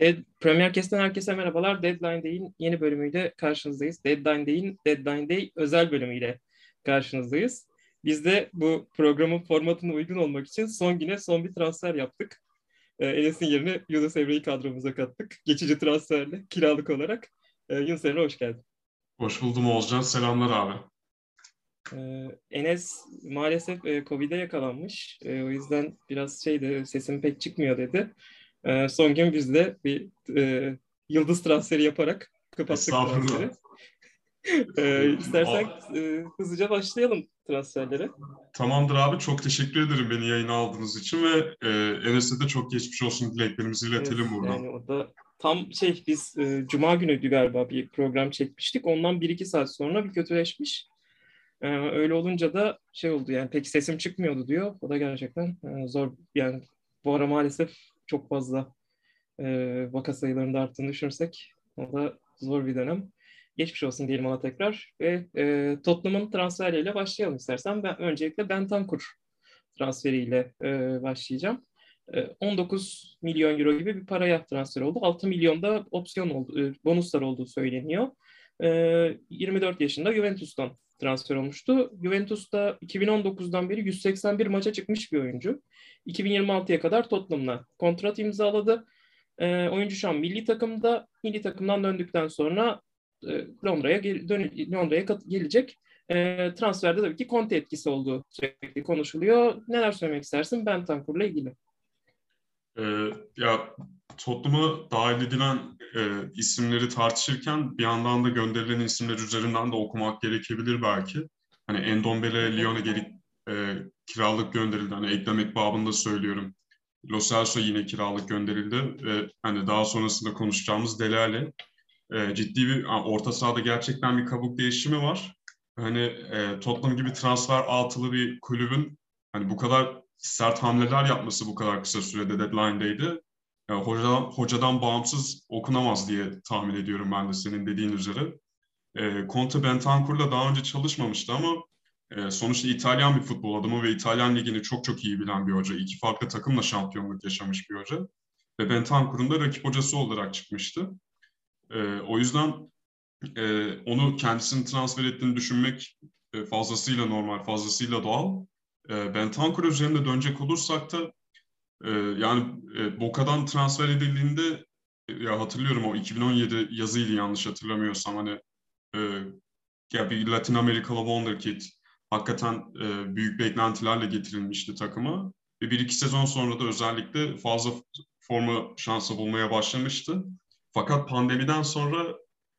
Premier Cast'ten herkese merhabalar. Deadline Day'in yeni bölümüyle karşınızdayız. Deadline Day'in Deadline Day özel bölümüyle karşınızdayız. Biz de bu programın formatına uygun olmak için son güne son bir transfer yaptık. Enes'in yerine Yunus Emre'yi kadromuza kattık. Geçici transferle, kiralık olarak. Yunus Emre hoş geldin. Hoş buldum Oğuzcan. Selamlar abi. Enes maalesef Covid'e yakalanmış. O yüzden biraz sesim pek çıkmıyor dedi. Son gün biz de bir yıldız transferi yaparak kapattık Estağfurullah. transferi. İstersen hızlıca başlayalım transferlere. Tamamdır abi. Çok teşekkür ederim beni yayına aldığınız için ve Enes'e de çok geçmiş olsun dileklerimizi Evet, iletelim buradan. yani o da tam biz Cuma günüydü galiba bir program çekmiştik. Ondan 1-2 saat sonra bir kötüleşmiş. Öyle olunca da oldu yani pek sesim çıkmıyordu diyor. O da gerçekten zor. Yani bu ara maalesef çok fazla vaka sayılarında arttığını düşünürsek o da zor bir dönem. Geçmiş olsun diyelim ona tekrar. Ve Tottenham'ın transferiyle başlayalım istersen. Ben öncelikle Bentancur transferiyle başlayacağım. 19 milyon euro gibi bir paraya transfer oldu. 6 milyonda opsiyon oldu, bonuslar olduğu söyleniyor. 24 yaşında Juventus'tan transfer olmuştu. Juventus'ta 2019'dan beri 181 maça çıkmış bir oyuncu. 2026'ya kadar Tottenham'la kontrat imzaladı. Oyuncu şu an milli takımda. Milli takımdan döndükten sonra Londra'ya gelecek. Transferde tabii ki Conte etkisi olduğu sürekli konuşuluyor. Neler söylemek istersin Bentancur'la ilgili? E, ya Tottenham'a dahil edilen isimleri tartışırken bir yandan da gönderilen isimler üzerinden de okumak gerekebilir belki. Hani Endombele Lyon'a kiralık gönderildi. Hani eklemek babında söylüyorum. Lo Celso yine kiralık gönderildi ve hani daha sonrasında konuşacağımız Dele Alli. Ciddi bir orta sahada gerçekten bir kabuk değişimi var. Hani Tottenham gibi transfer altılı bir kulübün hani bu kadar sert hamleler yapması bu kadar kısa sürede deadline'daydı. Hocadan bağımsız okunamaz diye tahmin ediyorum ben de senin dediğin üzere. Conte Bentancur'la daha önce çalışmamıştı ama sonuçta İtalyan bir futbol adamı ve İtalyan ligini çok çok iyi bilen bir hoca. İki farklı takımla şampiyonluk yaşamış bir hoca. Ve Bentancur'un da rakip hocası olarak çıkmıştı. O yüzden onu kendisini transfer ettiğini düşünmek fazlasıyla normal, fazlasıyla doğal. Bentancur üzerinde dönecek olursak da Boca'dan transfer edildiğinde ya hatırlıyorum o 2017 yazıydı yanlış hatırlamıyorsam hani e, ya bir Latin Amerikalı Wonderkid hakikaten büyük beklentilerle getirilmişti takıma ve bir iki sezon sonra da özellikle fazla forma şansı bulmaya başlamıştı. Fakat pandemiden sonra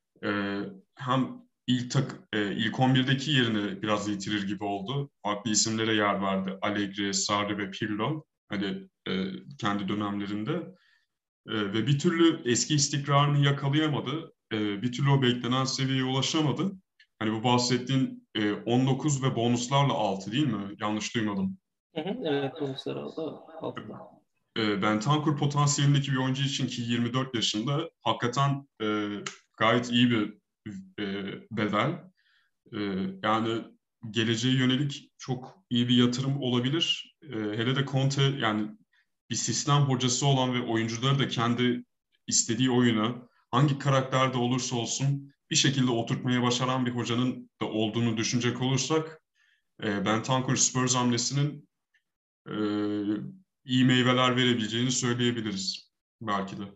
hem ilk 11'deki yerini biraz yitirir gibi oldu. Farklı isimlere yer verdi. Allegri, Sarri ve Pirlo. Hani kendi dönemlerinde. Ve bir türlü eski istikrarını yakalayamadı. Bir türlü o beklenen seviyeye ulaşamadı. Hani bu bahsettiğin 19 ve bonuslarla 6 değil mi? Yanlış duymadım. Hı hı, evet bonuslar aldı altta. Bentancur potansiyelindeki bir oyuncu için ki 24 yaşında hakikaten gayet iyi bir bedel. E, yani geleceğe yönelik çok iyi bir yatırım olabilir. Hele de Conte yani bir sistem hocası olan ve oyuncuları da kendi istediği oyuna hangi karakterde olursa olsun bir şekilde oturtmaya başaran bir hocanın da olduğunu düşünecek olursak Bentancur Spurs hamlesinin e, iyi meyveler verebileceğini söyleyebiliriz belki de.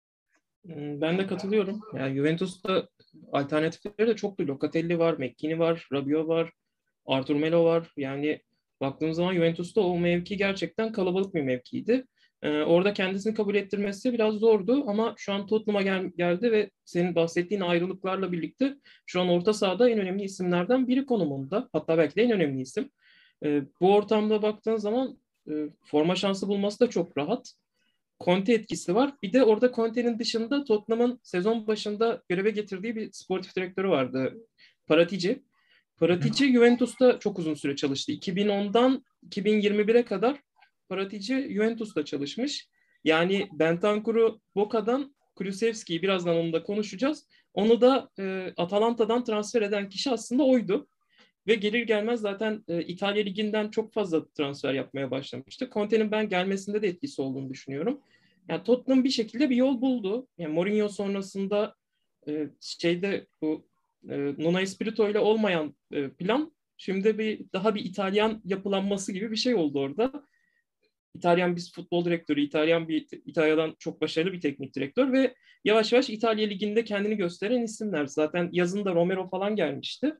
Ben de katılıyorum. Yani Juventus'ta alternatifleri de çoktu. Locatelli var, McKennie var, Rabiot var, Artur Melo var. Yani baktığımız zaman Juventus'ta o mevki gerçekten kalabalık bir mevkiydi. Orada kendisini kabul ettirmesi biraz zordu ama şu an Tottenham'a geldi ve senin bahsettiğin ayrılıklarla birlikte şu an orta sahada en önemli isimlerden biri konumunda. Hatta belki de en önemli isim. Bu ortamda baktığın zaman forma şansı bulması da çok rahat. Conte etkisi var. Bir de orada Conte'nin dışında Tottenham'ın sezon başında göreve getirdiği bir sportif direktörü vardı. Paratici. Paratici Juventus'ta çok uzun süre çalıştı. 2010'dan 2021'e kadar Paratici Juventus'ta çalışmış. Yani Bentancur'u Boca'dan Kulusevski'yi birazdan onu da konuşacağız. Onu da Atalanta'dan transfer eden kişi aslında oydu. Ve gelir gelmez zaten İtalya Ligi'nden çok fazla transfer yapmaya başlamıştı. Conte'nin ben gelmesinde de etkisi olduğunu düşünüyorum. Yani Tottenham bir şekilde bir yol buldu. Yani Mourinho sonrasında bu Nuno Espirito ile olmayan plan şimdi daha bir İtalyan yapılanması gibi bir şey oldu orada. İtalyan bir futbol direktörü, İtalya'dan çok başarılı bir teknik direktör ve yavaş yavaş İtalya Ligi'nde kendini gösteren isimler. Zaten yazında Romero falan gelmişti.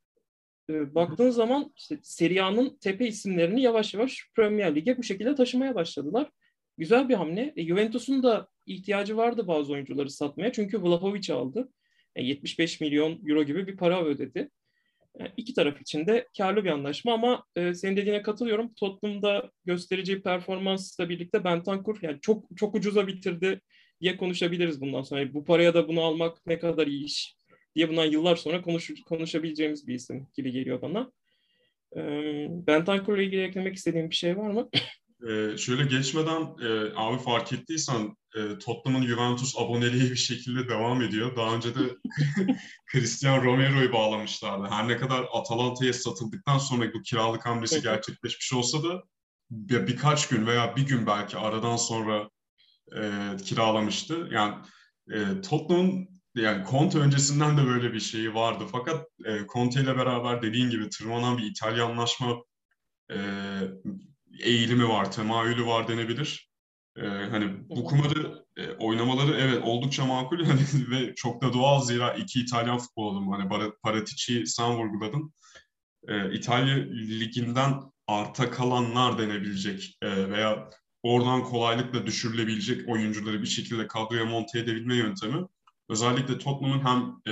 Baktığın zaman işte Serie A'nın tepe isimlerini yavaş yavaş Premier Lig'e bu şekilde taşımaya başladılar. Güzel bir hamle. Juventus'un da ihtiyacı vardı bazı oyuncuları satmaya. Çünkü Vlahovic aldı. 75 milyon euro gibi bir para ödedi. İki taraf için de karlı bir anlaşma ama senin dediğine katılıyorum. Tottenham'da göstereceği performansla birlikte Bentancur yani çok çok ucuza bitirdi diye konuşabiliriz bundan sonra. Bu paraya da bunu almak ne kadar iyi iş diye bundan yıllar sonra konuşabileceğimiz bir isim gibi geliyor bana. Bentancur'la ilgili eklemek istediğim bir şey var mı? Şöyle geçmeden abi fark ettiysen Tottenham'ın Juventus aboneliği bir şekilde devam ediyor. Daha önce de Cristiano Romero'yu bağlamışlardı. Her ne kadar Atalanta'ya satıldıktan sonra bu kiralık hamlesi gerçekleşmiş olsa da birkaç gün veya bir gün belki aradan sonra kiralamıştı. Yani Tottenham'ın yani Conte öncesinden de böyle bir şeyi vardı. Fakat Conte ile beraber dediğin gibi tırmanan bir İtalyanlaşma e, eğilimi var, temayülü var denebilir. Hani bu kumarı oynamaları evet oldukça makul hani, ve çok da doğal zira iki İtalyan futbol adamı hani Paratici'yi sen vurguladın. İtalya Ligi'nden arta kalanlar denebilecek veya oradan kolaylıkla düşürülebilecek oyuncuları bir şekilde kadroya monte edebilme yöntemi. Özellikle Tottenham'ın hem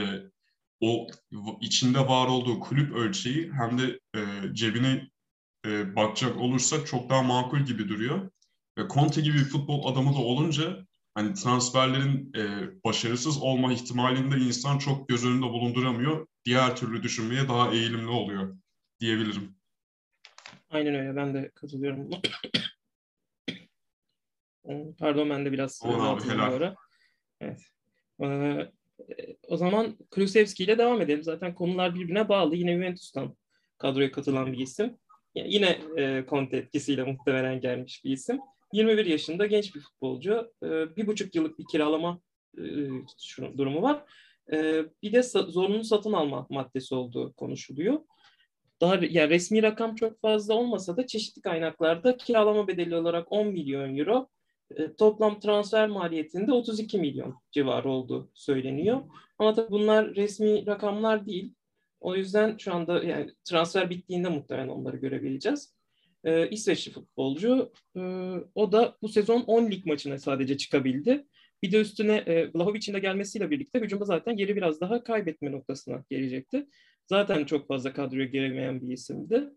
o içinde var olduğu kulüp ölçeği hem de cebine bakacak olursak çok daha makul gibi duruyor. Ve Conte gibi bir futbol adamı da olunca hani transferlerin başarısız olma ihtimalini de insan çok göz önünde bulunduramıyor. Diğer türlü düşünmeye daha eğilimli oluyor diyebilirim. Aynen öyle. Ben de katılıyorum. Pardon ben de biraz Aman abi rahatsızım bu helal. ara. Evet. Ee, O zaman Kulusevski ile devam edelim. Zaten konular birbirine bağlı. Yine Juventus'tan kadroya katılan bir isim. Yine Conte etkisiyle muhtemelen gelmiş bir isim. 21 yaşında genç bir futbolcu. 1,5 yıllık bir kiralama durumu var. Bir de zorunlu satın alma maddesi olduğu konuşuluyor. Daha yani resmi rakam çok fazla olmasa da çeşitli kaynaklarda kiralama bedeli olarak 10 milyon euro, toplam transfer maliyetinde 32 milyon civarı olduğu söyleniyor. Ama tabii bunlar resmi rakamlar değil. O yüzden şu anda yani transfer bittiğinde muhtemelen onları görebileceğiz. İsveçli futbolcu. O da bu sezon 10 lig maçına sadece çıkabildi. Bir de üstüne Vlahovic'in de gelmesiyle birlikte hücumda zaten yeri biraz daha kaybetme noktasına gelecekti. Zaten çok fazla kadroya giremeyen bir isimdi.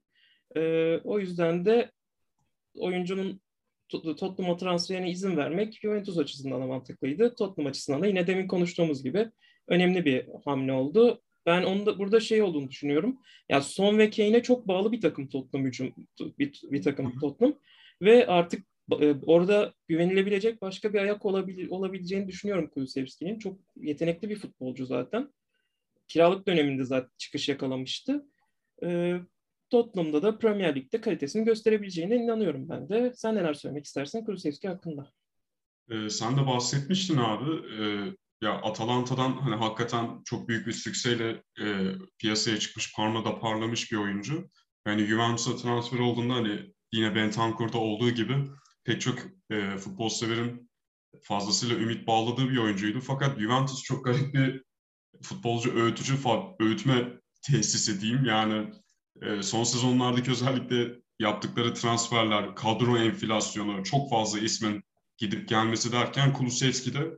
O yüzden de oyuncunun Tottenham'a transferine izin vermek Juventus açısından da mantıklıydı. Tottenham açısından da yine demin konuştuğumuz gibi önemli bir hamle oldu. Ben burada şey olduğunu düşünüyorum. Ya Son ve Kane'e çok bağlı bir takım Tottenham bir takım Tottenham ve artık orada güvenilebilecek başka bir ayak olabileceğini düşünüyorum Kulusevski'nin. Çok yetenekli bir futbolcu zaten. Kiralık döneminde zaten çıkış yakalamıştı. Ee, Tottenham'da da Premier Lig'de kalitesini gösterebileceğine inanıyorum ben de. Sen neler söylemek istersin Kulusevski hakkında? Sen de bahsetmiştin abi. Ya Atalanta'dan hani hakikaten çok büyük bir sükseyle piyasaya çıkmış, parmada parlamış bir oyuncu. Yani Juventus'a transfer olduğunda hani yine Bentancur'da olduğu gibi pek çok futbol severin fazlasıyla ümit bağladığı bir oyuncuydu. Fakat Juventus çok garip bir futbolcu öğütme tesisi diyeyim. Yani son sezonlardaki özellikle yaptıkları transferler, kadro enflasyonu, çok fazla ismin gidip gelmesi derken Kulusevski de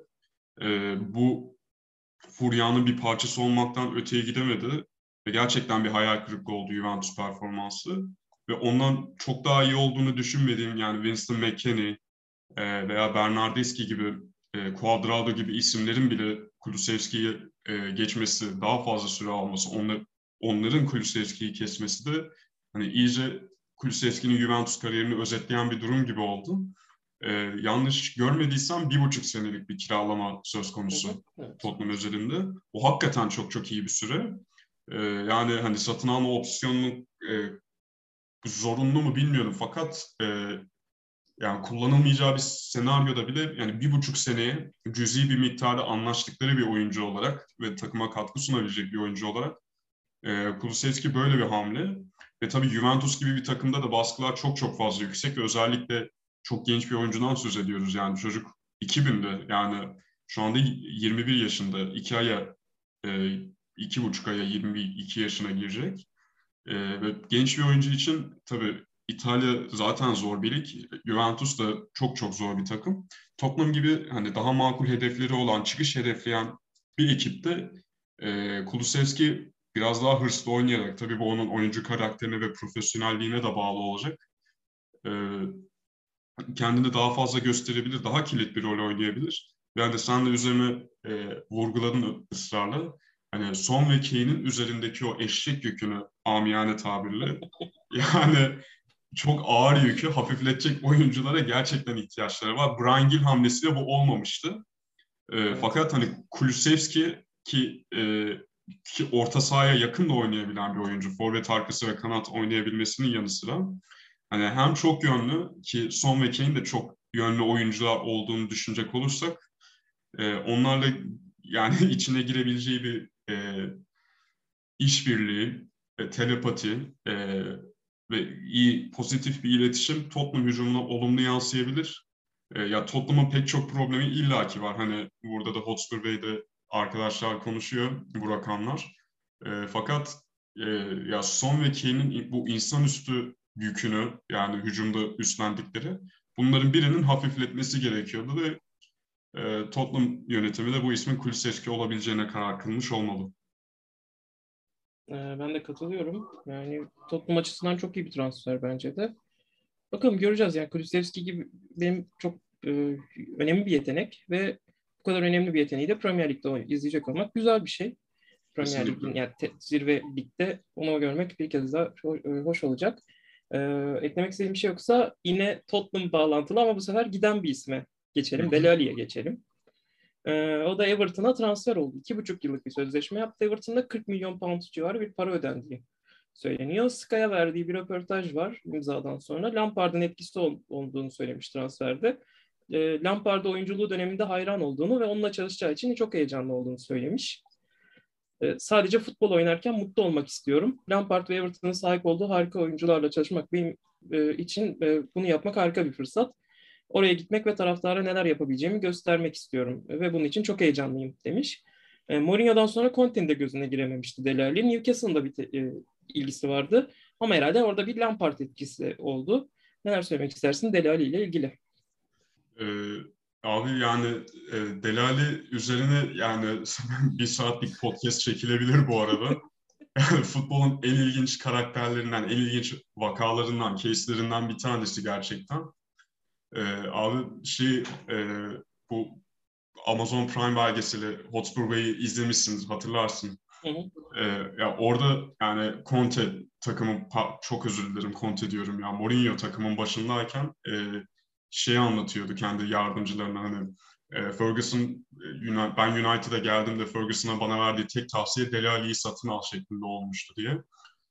bu furyanın bir parçası olmaktan öteye gidemedi. Ve gerçekten bir hayal kırıklığı oldu Juventus performansı. Ve ondan çok daha iyi olduğunu düşünmediğim yani Winston McKennie veya Bernardeschi gibi, Cuadrado gibi isimlerin bile Kulusevski'yi geçmesi, daha fazla süre alması, onların Kulusevski'yi kesmesi de hani iyice Kulusevski'nin Juventus kariyerini özetleyen bir durum gibi oldu. Yanlış görmediysem 1,5 senelik bir kiralama söz konusu Evet. Tottenham özelinde. O hakikaten çok çok iyi bir süre. Yani hani satın alma opsiyonunu zorunlu mu bilmiyorum fakat yani kullanılmayacağı bir senaryoda bile yani 1,5 seneye cüzi bir miktarda anlaştıkları bir oyuncu olarak ve takıma katkı sunabilecek bir oyuncu olarak Kulusevski böyle bir hamle. Ve tabii Juventus gibi bir takımda da baskılar çok çok fazla yüksek ve özellikle çok genç bir oyuncudan söz ediyoruz. Yani çocuk 2000'de, yani şu anda 21 yaşında, 2,5 aya 22 yaşına girecek. Ve genç bir oyuncu için tabii İtalya zaten zor bir lig. Juventus da çok çok zor bir takım. Tottenham gibi hani daha makul hedefleri olan, çıkış hedefleyen bir ekipte Kulusevski biraz daha hırslı oynayarak, tabii bu onun oyuncu karakterine ve profesyonelliğine de bağlı olacak. E, Kendini daha fazla gösterebilir, daha kilit bir rol oynayabilir. Yani sen de üzerine vurguladın ısrarla. Hani Son ve Kane'in üzerindeki o eşek yükünü, amiyane tabirle, yani çok ağır yükü hafifletecek oyunculara gerçekten ihtiyaçları var. Bryan Gil hamlesiyle bu olmamıştı. Evet. Fakat hani Kulusevski ki orta sahaya yakın da oynayabilen bir oyuncu. Forvet arkası ve kanat oynayabilmesinin yanı sıra hani hem çok yönlü, ki Son ve Kane de çok yönlü oyuncular olduğunu düşünecek olursak onlarla yani içine girebileceği bir işbirliği, telepati ve iyi pozitif bir iletişim Tottenham hücumuna olumlu yansıyabilir. Ya Tottenham'ın pek çok problemi illaki var. Hani burada da Hotspur Bey'de arkadaşlar konuşuyor, bu rakamlar. Fakat ya Son ve Kane'in bu insanüstü yükünü, yani hücumda üstlendikleri, bunların birinin hafifletmesi gerekiyordu ve Tottenham yönetimi de bu ismin Kulusevski olabileceğine karar kılmış olmalı. Ben de katılıyorum. Yani Tottenham açısından çok iyi bir transfer bence de. Bakalım göreceğiz. Yani Kulusevski gibi benim çok önemli bir yetenek ve bu kadar önemli bir yeteneği de Premier Lig'de izleyecek olmak güzel bir şey. Premier Kesinlikle. Lig'in yani zirve ligde onu görmek bir kez daha hoş olacak. Eklemek istediğim bir şey yoksa yine Tottenham bağlantılı ama bu sefer giden bir isme Hı geçelim. hı. Dele Alli'ye geçelim. O da Everton'a transfer oldu. 2,5 yıllık bir sözleşme yaptı. Everton'da 40 milyon pound civarı bir para ödendiği söyleniyor. Sky'a verdiği bir röportaj var imzadan sonra. Lampard'ın etkisi olduğunu söylemiş transferde. Lampard'a oyunculuğu döneminde hayran olduğunu ve onunla çalışacağı için çok heyecanlı olduğunu söylemiş. Sadece futbol oynarken mutlu olmak istiyorum. Lampard ve Everton'ın sahip olduğu harika oyuncularla çalışmak benim için bunu yapmak harika bir fırsat. Oraya gitmek ve taraftara neler yapabileceğimi göstermek istiyorum ve bunun için çok heyecanlıyım demiş. Mourinho'dan sonra Conte'nin de gözüne girememişti Dele Alli. Newcastle'ın da bir ilgisi vardı ama herhalde orada bir Lampard etkisi oldu. Neler söylemek istersin Dele Alli ile ilgili? Ee, Abi yani Delali üzerine yani bir saatlik podcast çekilebilir bu arada. Yani futbolun en ilginç karakterlerinden, en ilginç vakalarından, case'lerinden bir tanesi gerçekten. Abi bu Amazon Prime belgeseli Hotspur Bey'i izlemişsiniz, hatırlarsın. Hı hı. Ya orada yani Conte takımın, çok özür dilerim Conte diyorum ya, Mourinho takımın başındayken şey anlatıyordu kendi yardımcılarına, hani Ferguson, ben United'a geldiğimde Ferguson'a bana verdiği tek tavsiye Dele Alli'yi satın al şeklinde olmuştu diye.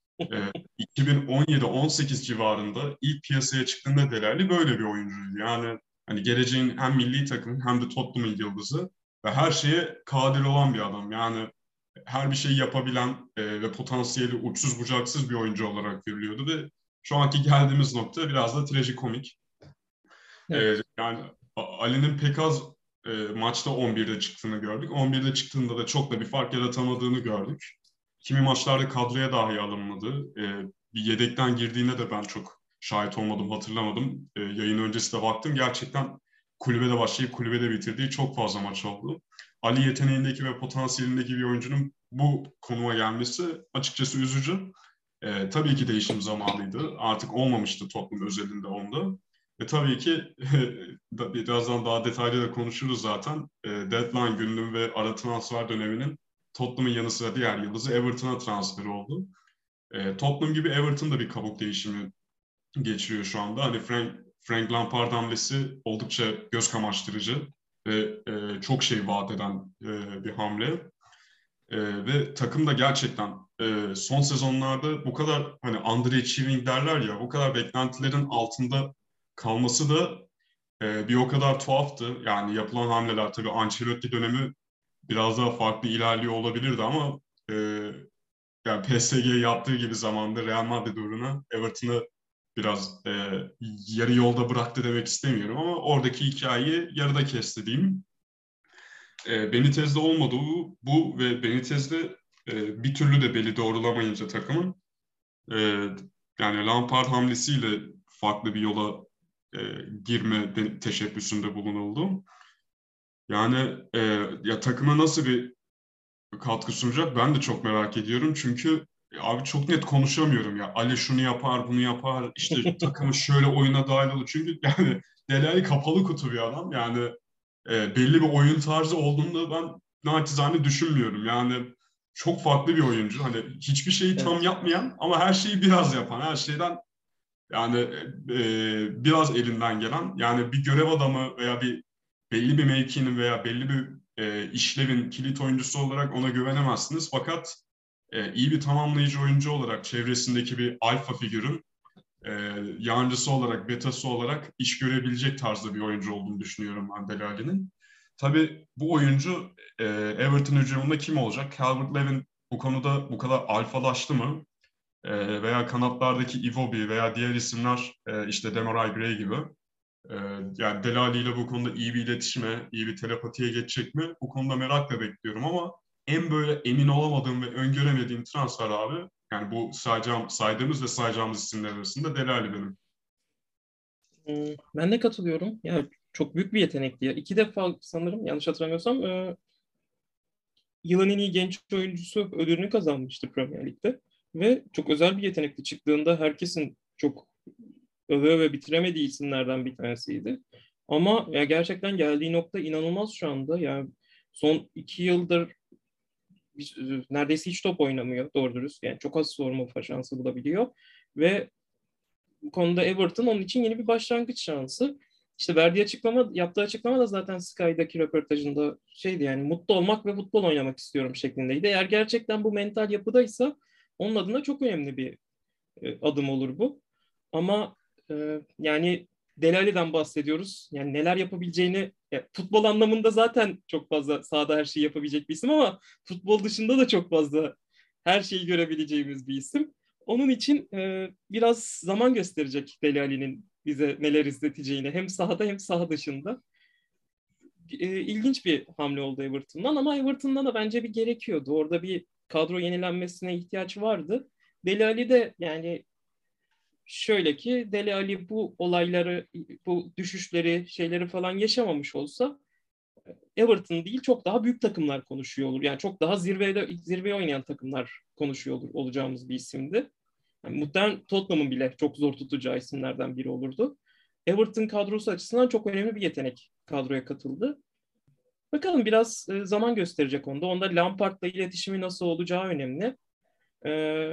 2017-18 civarında ilk piyasaya çıktığında Dele Alli böyle bir oyuncuydu. Yani hani geleceğin hem milli takım hem de Tottenham'ın yıldızı ve her şeye kadir olan bir adam. Yani her bir şeyi yapabilen ve potansiyeli uçsuz bucaksız bir oyuncu olarak görülüyordu ve şu anki geldiğimiz nokta biraz da trajikomik. Evet. Yani Ali'nin pek az maçta 11'de çıktığını gördük. 11'de çıktığında da çok da bir fark yaratamadığını gördük. Kimi maçlarda kadroya dahi alınmadı. Bir yedekten girdiğine de ben çok şahit olmadım, hatırlamadım. Yayın öncesi de baktım. Gerçekten kulübede başlayıp kulübede bitirdiği çok fazla maç oldu. Ali yeteneğindeki ve potansiyelindeki bir oyuncunun bu konuma gelmesi açıkçası üzücü. Tabii ki değişim zamanıydı. Artık olmamıştı Tottenham özelinde onda. Ve tabii ki birazdan daha detaylı da konuşuruz zaten. Deadline gününün ve ara transfer döneminin Tottenham'ın yanı sıra diğer yıldızı Everton'a transfer oldu. Tottenham gibi Everton da bir kabuk değişimi geçiriyor şu anda. Hani Frank Lampard hamlesi oldukça göz kamaştırıcı ve çok şey vaat eden bir hamle. Ve takım da gerçekten son sezonlarda bu kadar hani underachieving derler ya, bu kadar beklentilerin altında kalması da bir o kadar tuhaftı. Yani yapılan hamleler, tabii Ancelotti dönemi biraz daha farklı ilerliyor olabilirdi ama yani PSG yaptığı gibi zamanda Real Madrid uğruna Everton'ı biraz yarı yolda bıraktı demek istemiyorum ama oradaki hikayeyi yarıda kesti diyeyim. Benitez'de olmadı bu ve Benitez'de bir türlü de beli doğrulamayınca takımın e, yani Lampard hamlesiyle farklı bir yola girme teşebbüsünde bulunuldu. Yani ya takıma nasıl bir katkı sunacak ben de çok merak ediyorum. Çünkü abi çok net konuşamıyorum ya. Ali şunu yapar, bunu yapar. İşte takımı şöyle oyuna dahil olur. Çünkü yani Dele Alli kapalı kutu bir adam. Yani belli bir oyun tarzı olduğunu da ben naçizane düşünmüyorum. Yani çok farklı bir oyuncu. Hani hiçbir şeyi tam Evet. yapmayan ama her şeyi biraz yapan. Her şeyden yani biraz elinden gelen. Yani bir görev adamı veya belli bir mevkinin veya belli bir işlevin kilit oyuncusu olarak ona güvenemezsiniz. Fakat iyi bir tamamlayıcı oyuncu olarak çevresindeki bir alfa figürün e, yancısı olarak, betası olarak iş görebilecek tarzda bir oyuncu olduğunu düşünüyorum ben Dele Alli'nin. Tabii bu oyuncu Everton hücumunda kim olacak? Calvert-Lewin bu konuda bu kadar alfalaştı mı? Veya kanatlardaki Iwobi veya diğer isimler işte Demarai Gray gibi. E, Yani Delali ile bu konuda iyi bir iletişime, iyi bir telepatiye geçecek mi? Bu konuda merakla bekliyorum ama en böyle emin olamadığım ve öngöremediğim transfer abi, yani bu saydığımız ve sayacağımız isimler arasında Delali benim. Ben de katılıyorum. Yani çok büyük bir yetenekti ya. İki defa sanırım yanlış hatırlamıyorsam yılın en iyi genç oyuncusu ödülünü kazanmıştı Premier Lig'de. Ve çok özel bir yetenekti. Çıktığında herkesin çok öve öve bitiremediği isimlerden bir tanesiydi. Ama ya gerçekten geldiği nokta inanılmaz şu anda. Yani son 2 yıldır neredeyse hiç top oynamıyor doğru dürüst. Yani çok az forma şansı bulabiliyor. Ve bu konuda Everton onun için yeni bir başlangıç şansı. İşte yaptığı açıklama da zaten Sky'daki röportajında şeydi, yani mutlu olmak ve futbol oynamak istiyorum şeklindeydi. Eğer gerçekten bu mental yapıdaysa onun adına çok önemli bir adım olur bu. Ama yani Delali'den bahsediyoruz. Yani neler yapabileceğini, futbol anlamında zaten çok fazla sahada her şeyi yapabilecek bir isim ama futbol dışında da çok fazla her şeyi görebileceğimiz bir isim. Onun için biraz zaman gösterecek Delali'nin bize neler izleteceğini hem sahada hem saha dışında. İlginç bir hamle oldu Everton'dan ama Everton'dan da bence bir gerekiyordu. Orada bir kadro yenilenmesine ihtiyaç vardı. Dele Ali de yani şöyle ki Dele Ali bu olayları, bu düşüşleri, şeyleri falan yaşamamış olsa Everton değil çok daha büyük takımlar konuşuyor olur. Yani çok daha zirveye oynayan takımlar konuşuyor olacağımız bir isimdi. Yani muhtemelen Tottenham'ın bile çok zor tutacağı isimlerden biri olurdu. Everton kadrosu açısından çok önemli bir yetenek kadroya katıldı. Bakalım biraz zaman gösterecek onda. Onda Lampard'la iletişimi nasıl olacağı önemli. E,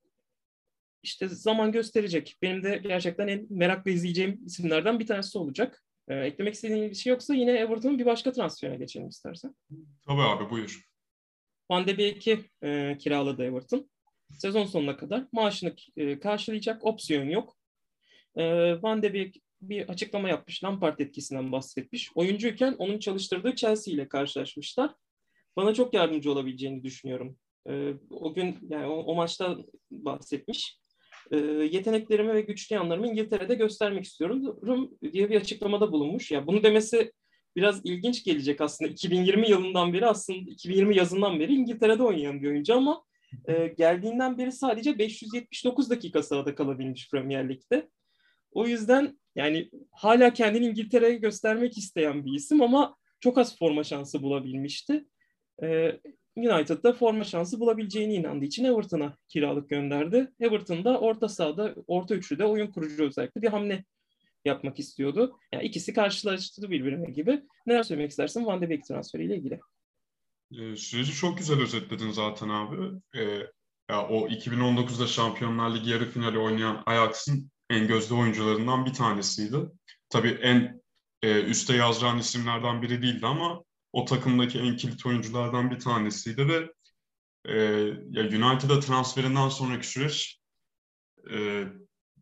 işte zaman gösterecek. Benim de gerçekten en merakla izleyeceğim isimlerden bir tanesi olacak. Eklemek istediğin bir şey yoksa yine Everton'un bir başka transferine geçelim istersen. Tabii abi, buyur. Van de Beek'i kiraladı Everton. Sezon sonuna kadar maaşını karşılayacak, opsiyon yok. Van de Beek bir açıklama yapmış, Lampard etkisinden bahsetmiş. Oyuncuyken onun çalıştırdığı Chelsea ile karşılaşmışlar. Bana çok yardımcı olabileceğini düşünüyorum. O gün yani o maçta bahsetmiş. Yeteneklerimi ve güçlü yanlarımı İngiltere'de göstermek istiyorum diye bir açıklamada bulunmuş. Ya bunu demesi biraz ilginç gelecek aslında. 2020 yılından beri, aslında 2020 yazından beri İngiltere'de oynayan bir oyuncu ama geldiğinden beri sadece 579 dakika sahada kalabilmiş Premier Lig'de. O yüzden yani hala kendini İngiltere'ye göstermek isteyen bir isim ama çok az forma şansı bulabilmişti. United'da forma şansı bulabileceğine inandığı için Everton'a kiralık gönderdi. Everton'da orta sahada, orta üçlüde oyun kurucu özellikle bir hamle yapmak istiyordu. Yani ikisi karşılaştı birbirine gibi. Neler söylemek istersin Van de Beek transferiyle ilgili? Süreci çok güzel özetledin zaten abi. Ya o 2019'da Şampiyonlar Ligi yarı finali oynayan Ajax'ın en gözde oyuncularından bir tanesiydi. Tabii en üste yazdıran isimlerden biri değildi ama o takımdaki en kilit oyunculardan bir tanesiydi ve ya United'a transferinden sonraki süreç e,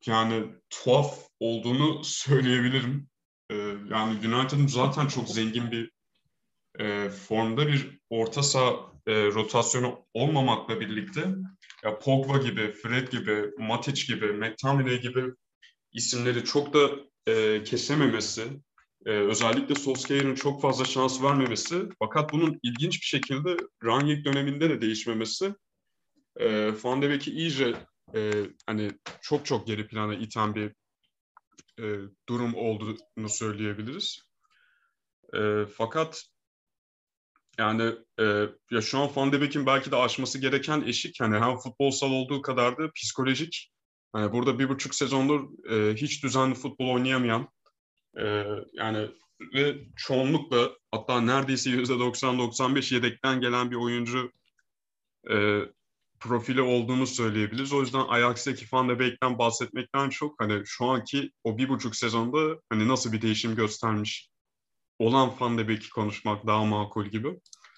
yani tuhaf olduğunu söyleyebilirim. Yani United'ın zaten çok zengin bir formda bir orta saha rotasyonu olmamakla birlikte ya Pogba gibi, Fred gibi, Matic gibi, McTominay gibi isimleri çok da kesememesi, özellikle Solskjaer'in çok fazla şans vermemesi, fakat bunun ilginç bir şekilde Rangnick döneminde de değişmemesi, Van de Beek'i iyice hani çok çok geri plana iten bir durum olduğunu söyleyebiliriz. Fakat yani ya şu an Van de Beek'in belki de aşması gereken eşik hani hem futbolsal olduğu kadar da psikolojik. Hani burada 1,5 sezondur hiç düzenli futbol oynayamayan, yani ve çoğunlukla hatta neredeyse %90-95 yedekten gelen bir oyuncu e, profili olduğunu söyleyebiliriz. O yüzden Ajax'taki Van de Beek'ten bahsetmekten çok hani şu anki o 1,5 sezonda hani nasıl bir değişim göstermiş olan Van de Beek'i konuşmak daha makul gibi.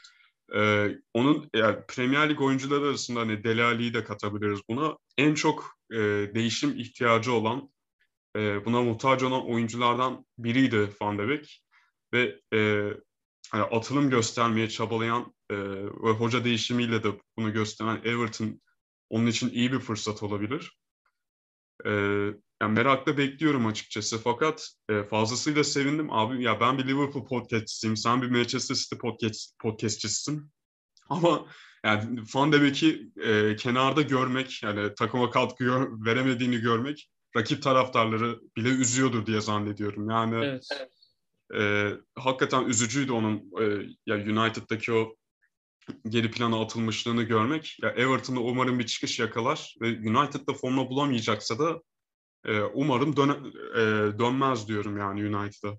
Onun yani Premier Lig oyuncuları arasında hani Dele Alli'yi de katabiliriz buna. En çok değişim ihtiyacı olan, buna muhtaç olan oyunculardan biriydi Van de Beek. Ve hani atılım göstermeye çabalayan ve hoca değişimiyle de bunu gösteren Everton onun için iyi bir fırsat olabilir. E, Yani merakla bekliyorum açıkçası. Fakat fazlasıyla sevindim. Abi ya ben bir Liverpool podcastçisiyim. Sen bir Manchester City podcastçisisin. Ama yani Van de Beek'i kenarda görmek, yani takıma katkı veremediğini görmek rakip taraftarları bile üzüyordur diye zannediyorum. Yani Evet. hakikaten üzücüydü onun ya United'daki o geri plana atılmışlığını görmek. Ya Everton'da umarım bir çıkış yakalar ve United'da forma bulamayacaksa da umarım dönmez diyorum yani United'a.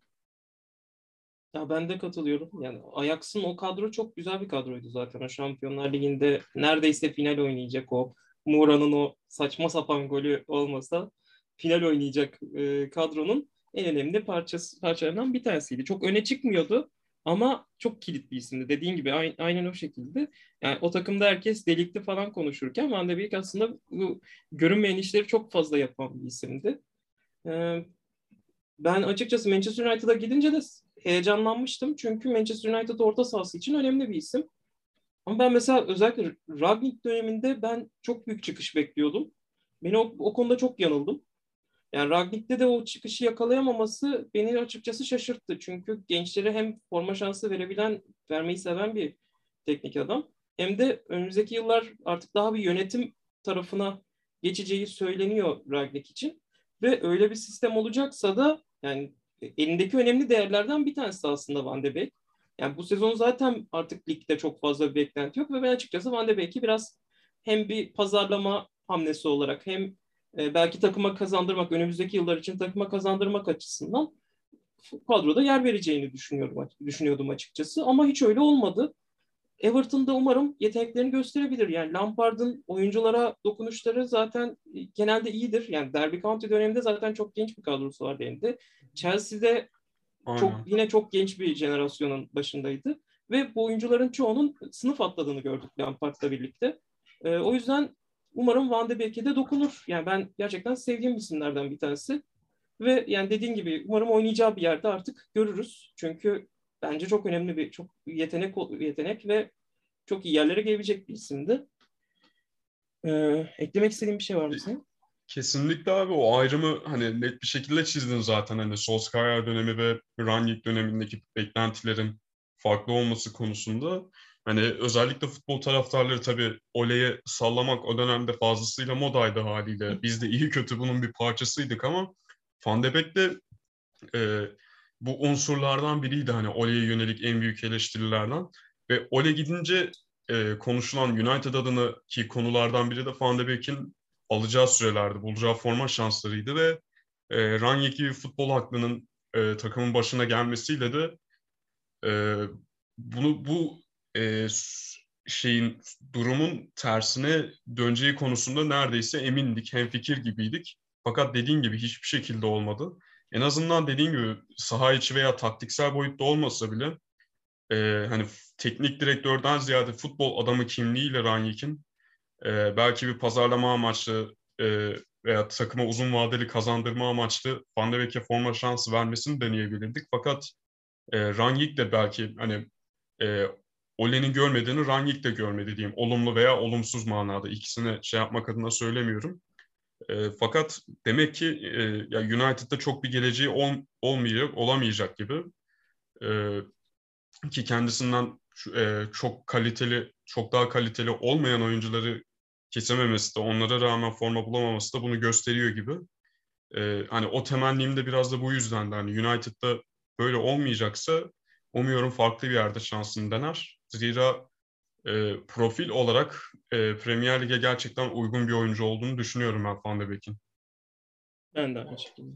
Ya ben de katılıyorum. Yani Ajax'ın o kadro çok güzel bir kadroydu zaten. O Şampiyonlar Ligi'nde neredeyse final oynayacak o. Moura'nın o saçma sapan golü olmasa final oynayacak kadronun en önemli parçalarından bir tanesiydi. Çok öne çıkmıyordu ama çok kilit bir isimdi. Dediğin gibi aynen o şekilde. Yani o takımda herkes delikli falan konuşurken Van de Beek aslında bu görünmeyen işleri çok fazla yapan bir isimdi. E, Ben açıkçası Manchester United'a gidince de heyecanlanmıştım. Çünkü Manchester United orta sahası için önemli bir isim. Ama ben mesela özellikle Rangnick döneminde ben çok büyük çıkış bekliyordum. Beni o konuda çok yanıldım. Yani Rangnick'te de o çıkışı yakalayamaması beni açıkçası şaşırttı. Çünkü gençlere hem forma şansı vermeyi seven bir teknik adam. Hem de önümüzdeki yıllar artık daha bir yönetim tarafına geçeceği söyleniyor Rangnick için. Ve öyle bir sistem olacaksa da yani elindeki önemli değerlerden bir tanesi aslında Van de Beek. Yani bu sezon zaten artık ligde çok fazla bir beklenti yok ve ben açıkçası Van de Beek'i biraz hem bir pazarlama hamlesi olarak hem belki takıma kazandırmak, önümüzdeki yıllar için takıma kazandırmak açısından kadroda yer vereceğini düşünüyordum açıkçası. Ama hiç öyle olmadı. Everton'da umarım yeteneklerini gösterebilir. Yani Lampard'ın oyunculara dokunuşları zaten genelde iyidir. Yani Derby County döneminde zaten çok genç bir kadrosu vardı elinde. Chelsea'de Aynen. yine çok genç bir jenerasyonun başındaydı. Ve bu oyuncuların çoğunun sınıf atladığını gördük Lampard'la birlikte. O yüzden umarım Van de Beek'e de dokunur. Yani ben gerçekten sevdiğim isimlerden bir tanesi. Ve yani dediğin gibi umarım oynayacağı bir yerde artık görürüz. Çünkü bence çok önemli çok yetenek ve çok iyi yerlere gelebilecek bir isimdi. Eklemek istediğin bir şey var mı senin? Kesinlikle abi, o ayrımı hani net bir şekilde çizdin zaten, hani Solskjaer dönemi ve Rangnick dönemindeki beklentilerin farklı olması konusunda. Hani özellikle futbol taraftarları tabii Ole'ye sallamak o dönemde fazlasıyla modaydı haliyle. Biz de iyi kötü bunun bir parçasıydık ama Van de Beek de e, bu unsurlardan biriydi, hani Ole'ye yönelik en büyük eleştirilerden. Ve Ole gidince konuşulan United adına ki konulardan biri de Van de Beek'in alacağı sürelerdi, bulacağı forma şanslarıydı ve Rangnick gibi futbol aklının takımın başına gelmesiyle de e, bu şeyin, durumun tersine döneceği konusunda neredeyse emindik, hemfikir gibiydik. Fakat dediğin gibi hiçbir şekilde olmadı. En azından dediğin gibi saha içi veya taktiksel boyutta olmasa bile hani teknik direktörden ziyade futbol adamı kimliğiyle Rangnick'in belki bir pazarlama amaçlı veya takıma uzun vadeli kazandırma amaçlı Van de Beek'e forma şansı vermesini deneyebilirdik. Fakat Rangnick de belki hani e, Ole'nin görmediğini Rangnick de görmedi diyeyim. Olumlu veya olumsuz manada. İkisini şey yapmak adına söylemiyorum. Fakat demek ki ya United'da çok bir geleceği olamayacak gibi. E, Ki kendisinden çok kaliteli, çok daha kaliteli olmayan oyuncuları kesememesi de, onlara rağmen forma bulamaması da bunu gösteriyor gibi. Hani o temennim de biraz da bu yüzden de, hani United'da böyle olmayacaksa umuyorum farklı bir yerde şansını dener. Zira profil olarak Premier Lig'e gerçekten uygun bir oyuncu olduğunu düşünüyorum ben Van de Beek'in. Ben de aynı şekilde.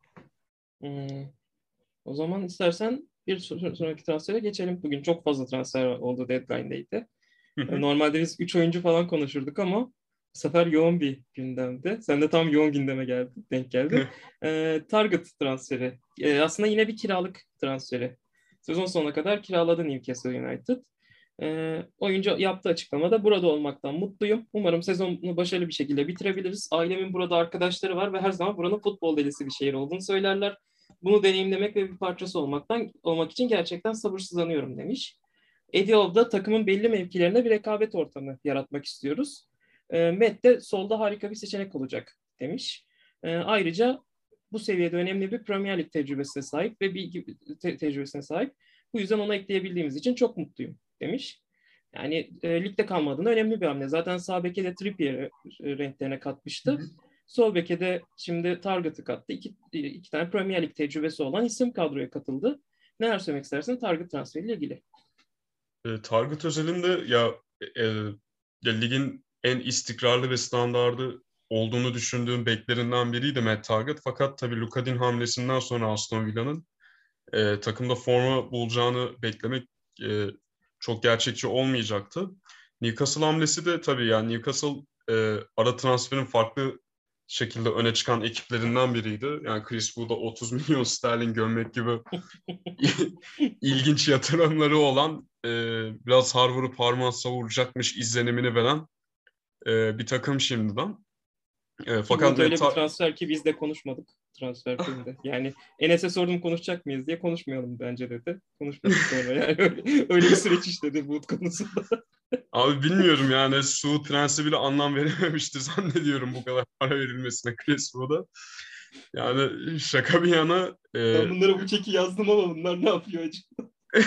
O zaman istersen bir sonraki transfere geçelim. Bugün çok fazla transfer oldu deadline'daydı. Normalde biz 3 oyuncu falan konuşurduk ama bu sefer yoğun bir gündemdi. Sen de tam yoğun gündeme denk geldin. Target transferi. Aslında yine bir kiralık transferi. Sezon sonuna kadar kiraladı Newcastle United. Oyuncu yaptığı açıklamada burada olmaktan mutluyum. Umarım sezonu başarılı bir şekilde bitirebiliriz. Ailemin burada arkadaşları var ve her zaman buranın futbol delisi bir şehir olduğunu söylerler. Bunu deneyimlemek ve bir parçası olmak için gerçekten sabırsızlanıyorum demiş. Eddie Howe'da takımın belli mevkilerinde bir rekabet ortamı yaratmak istiyoruz. Matt de solda harika bir seçenek olacak demiş. Ayrıca bu seviyede önemli bir Premier Lig tecrübesine sahip ve bilgi tecrübesine sahip. Bu yüzden ona ekleyebildiğimiz için çok mutluyum demiş. Yani ligde kalmadığında önemli bir hamle. Zaten sağ beke de Trippier'i renklerine katmıştı. Sol beke de şimdi Target'ı kattı. İki tane Premier Lig tecrübesi olan isim kadroya katıldı. Neler söylemek istersin Target transferiyle ilgili? Target özelinde e, ya ligin en istikrarlı ve standardı olduğunu düşündüğüm beklerinden biriydi Matt Target. Fakat tabii Luka hamlesinden sonra Aston Villa'nın takımda forma bulacağını beklemek e, çok gerçekçi olmayacaktı. Newcastle hamlesi de tabii, yani Newcastle ara transferin farklı şekilde öne çıkan ekiplerinden biriydi. Yani Chris Wood'a 30 milyon sterlin gömmek gibi ilginç yatırımları olan, biraz har vurup harman savuracakmış izlenimini veren bir takım şimdiden. Ki Fakat Wood öyle bir transfer ki biz de konuşmadık transfer kulübünde. Yani Enes'e sordum konuşacak mıyız diye, konuşmayalım bence dedi. Konuşmadık sonra yani öyle bir süreç işledi Wood konusunda. Abi bilmiyorum, yani Suud Prensi bile anlam verememişti zannediyorum bu kadar para verilmesine Chris Wood'a. Yani şaka bir yana Ben bunlara bu çeki yazdım ama bunlar ne yapıyor acaba?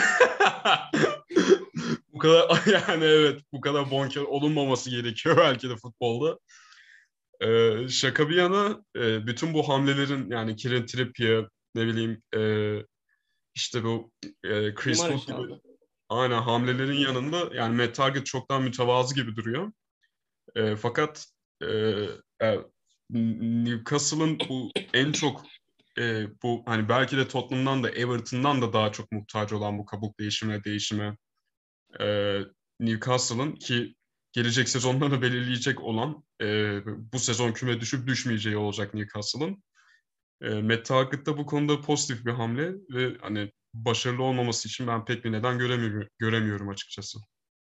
bu kadar yani evet, bu kadar bonker olunmaması gerekiyor belki de futbolda. Şaka bir yana bütün bu hamlelerin, yani Kieran Trippier, ne bileyim işte bu Chris Wood Gimareş gibi aldı. aynen hamlelerin yanında yani Matt Target çoktan mütevazı gibi duruyor. Fakat e, Newcastle'ın bu en çok bu hani belki de Tottenham'dan da Everton'dan da daha çok muhtaç olan bu kabuk değişime e, Newcastle'ın, ki gelecek sezonları belirleyecek olan bu sezon küme düşüp düşmeyeceği olacak Newcastle'ın. Matt Target'ta bu konuda pozitif bir hamle ve hani başarılı olmaması için ben pek bir neden göremiyorum açıkçası.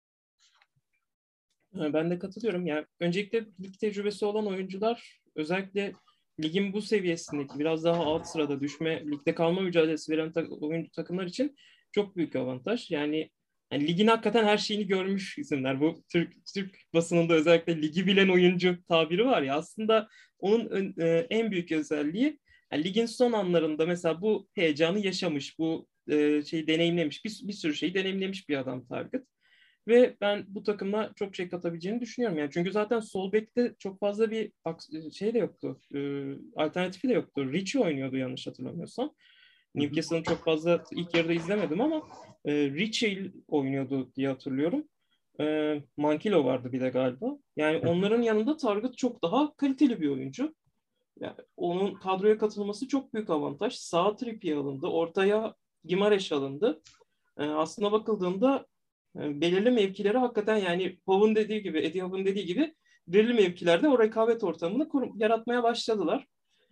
Ben de katılıyorum. Yani öncelikle lig tecrübesi olan oyuncular, özellikle ligin bu seviyesindeki biraz daha alt sırada düşme, ligde kalma mücadelesi veren oyuncu takımlar için çok büyük avantaj. Yani ligin hakikaten her şeyini görmüş isimler. Bu Türk basınında özellikle ligi bilen oyuncu tabiri var ya, aslında onun en büyük özelliği yani ligin son anlarında mesela bu heyecanı yaşamış, bu şeyi deneyimlemiş, bir sürü şeyi deneyimlemiş bir adam Target. Ve ben bu takıma çok şey katabileceğini düşünüyorum. Yani çünkü zaten sol bekte çok fazla bir şey de yoktu. Alternatifi de yoktu. Richie oynuyordu yanlış hatırlamıyorsam. Newcastle'ın çok fazla ilk yarıda izlemedim ama Richie oynuyordu diye hatırlıyorum. Mankilo vardı bir de galiba. Yani onların yanında Target çok daha kaliteli bir oyuncu. Yani onun kadroya katılması çok büyük avantaj. Sağ Trippier alındı. Ortaya Gimareş alındı. Aslına bakıldığında belirli mevkileri hakikaten, yani Howe'un dediği gibi, Eddie Howe'un dediği gibi belirli mevkilerde o rekabet ortamını yaratmaya başladılar.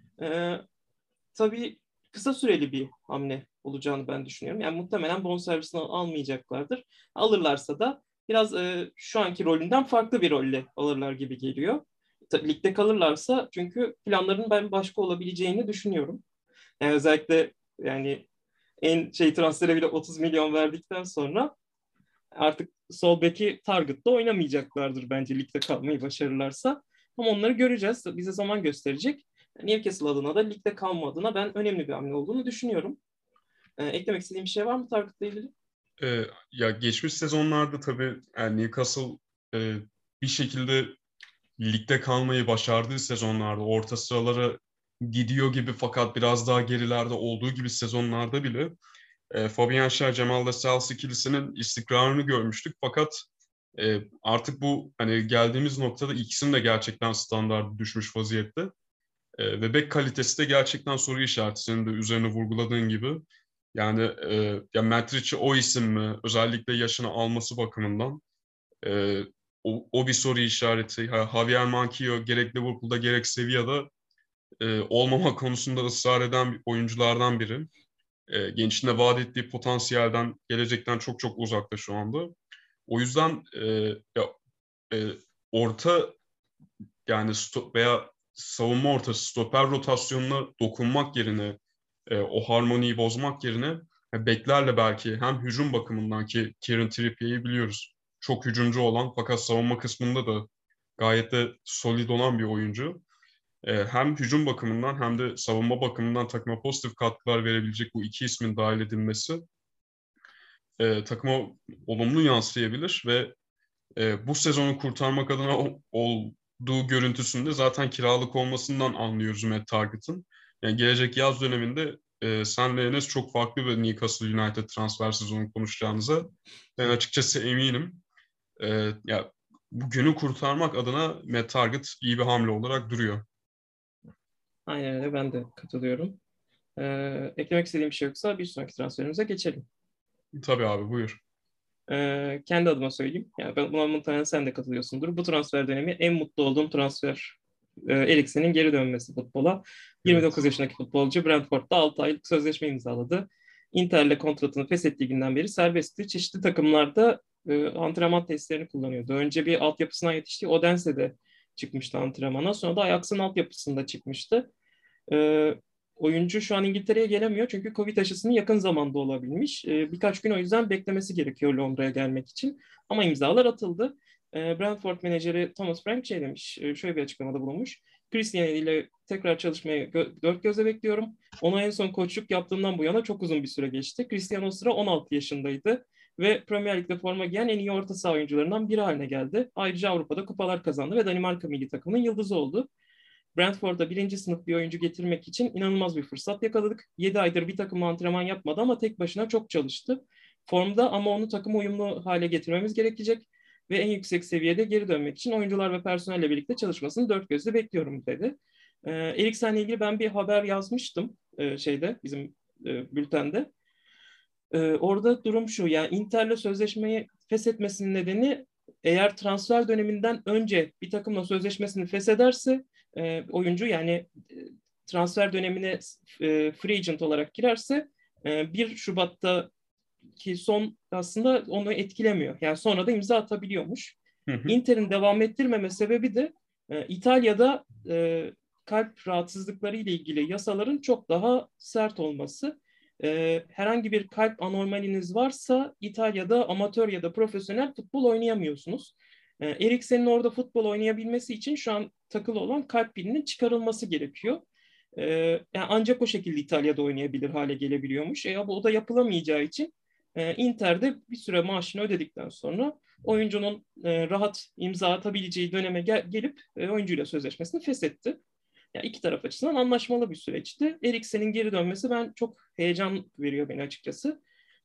Tabii kısa süreli bir hamle olacağını ben düşünüyorum. Yani muhtemelen bonservisini almayacaklardır. Alırlarsa da biraz şu anki rolünden farklı bir rolle alırlar gibi geliyor. Ligde kalırlarsa çünkü planların ben başka olabileceğini düşünüyorum. Yani özellikle yani en transfere bile 30 milyon verdikten sonra artık sol beki Target'ta oynamayacaklardır bence ligde kalmayı başarırlarsa. Ama onları göreceğiz. Bize zaman gösterecek. Newcastle adına da ligde kalma adına ben önemli bir hamle olduğunu düşünüyorum. Eklemek istediğim bir şey var mı Target'la ilgili? Ya geçmiş sezonlarda tabii yani Newcastle bir şekilde ligde kalmayı başardığı sezonlarda orta sıralara gidiyor gibi fakat biraz daha gerilerde olduğu gibi sezonlarda bile Fabian Schär, Cemal Lascelles ikilisinin istikrarını görmüştük. Fakat artık bu hani geldiğimiz noktada ikisinin de gerçekten standartı düşmüş vaziyette. Ve bek kalitesi de gerçekten soru işareti senin de üzerine vurguladığın gibi. Yani ya Matrix'i o isim mi? Özellikle yaşını alması bakımından o bir soru işareti. Javier Manquillo gerek Liverpool'da gerek Sevilla'da olmama konusunda ısrar eden oyunculardan biri. Gençliğinde vaat ettiği potansiyelden, gelecekten çok çok uzakta şu anda. O yüzden ya, e, orta yani veya savunma ortası stoper rotasyonuna dokunmak yerine o harmoniyi bozmak yerine beklerle belki hem hücum bakımından ki Kieran Trippier'i biliyoruz. Çok hücumcu olan fakat savunma kısmında da gayet de solid olan bir oyuncu. Hem hücum bakımından hem de savunma bakımından takıma pozitif katkılar verebilecek bu iki ismin dahil edilmesi takıma olumlu yansıyabilir ve bu sezonu kurtarmak adına olduğu görüntüsünde zaten kiralık olmasından anlıyoruz Matt Target'ın. Yani gelecek yaz döneminde senle Enes çok farklı bir Newcastle United transfer sezonu konuşacağınıza ben açıkçası eminim. Ya bu günü kurtarmak adına Matt Target iyi bir hamle olarak duruyor. Aynen öyle, ben de katılıyorum. Eklemek istediğim bir şey yoksa bir sonraki transferimize geçelim. Tabii abi buyur. Kendi adıma söyleyeyim. Yani ben buna muhtemelen sen de katılıyorsundur. Bu transfer dönemi en mutlu olduğum transfer. Eriksen'in geri dönmesi futbola. Evet. 29 yaşındaki futbolcu Brentford'da 6 aylık sözleşme imzaladı. Inter'le kontratını feshettiği günden beri serbestti. Çeşitli takımlarda antrenman testlerini kullanıyordu. Önce bir altyapısından yetiştiği Odense'de çıkmıştı antrenmana. Sonra da Ajax'ın altyapısında çıkmıştı. E, Oyuncu şu an İngiltere'ye gelemiyor çünkü Covid aşısını yakın zamanda olabilmiş. Birkaç gün o yüzden beklemesi gerekiyor Londra'ya gelmek için. Ama imzalar atıldı. Brentford menajeri Thomas Frank şey demiş, şöyle bir açıklamada bulunmuş. Christian ile tekrar çalışmayı dört gözle bekliyorum. Ona en son koçluk yaptığından bu yana çok uzun bir süre geçti. Christian o sıra 16 yaşındaydı ve Premier Lig'de forma giyen en iyi orta saha oyuncularından biri haline geldi. Ayrıca Avrupa'da kupalar kazandı ve Danimarka milli takımının yıldızı oldu. Brentford'a birinci sınıf bir oyuncu getirmek için inanılmaz bir fırsat yakaladık. 7 aydır bir takımla antrenman yapmadı ama tek başına çok çalıştı. Formda ama onu takıma uyumlu hale getirmemiz gerekecek ve en yüksek seviyede geri dönmek için oyuncular ve personelle birlikte çalışmasını dört gözle bekliyorum dedi. Eriksen'le ilgili ben bir haber yazmıştım bizim bültende. Orada durum şu, yani Inter'le sözleşmeyi feshetmesinin nedeni eğer transfer döneminden önce bir takımla sözleşmesini feshederse oyuncu yani transfer dönemine free agent olarak girerse 1 Şubat'taki son aslında onu etkilemiyor. Yani sonra da imza atabiliyormuş. Hı hı. Inter'in devam ettirmeme sebebi de İtalya'da kalp rahatsızlıkları ile ilgili yasaların çok daha sert olması. Herhangi bir kalp anormaliniz varsa İtalya'da amatör ya da profesyonel futbol oynayamıyorsunuz. Eriksen'in orada futbol oynayabilmesi için şu an takılı olan kalp pilinin çıkarılması gerekiyor. Yani ancak o şekilde İtalya'da oynayabilir hale gelebiliyormuş. Ama o da yapılamayacağı için Inter'de bir süre maaşını ödedikten sonra oyuncunun rahat imza atabileceği döneme gelip oyuncuyla sözleşmesini feshetti. Yani iki taraf açısından anlaşmalı bir süreçti. Eriksen'in geri dönmesi ben çok heyecan veriyor beni açıkçası.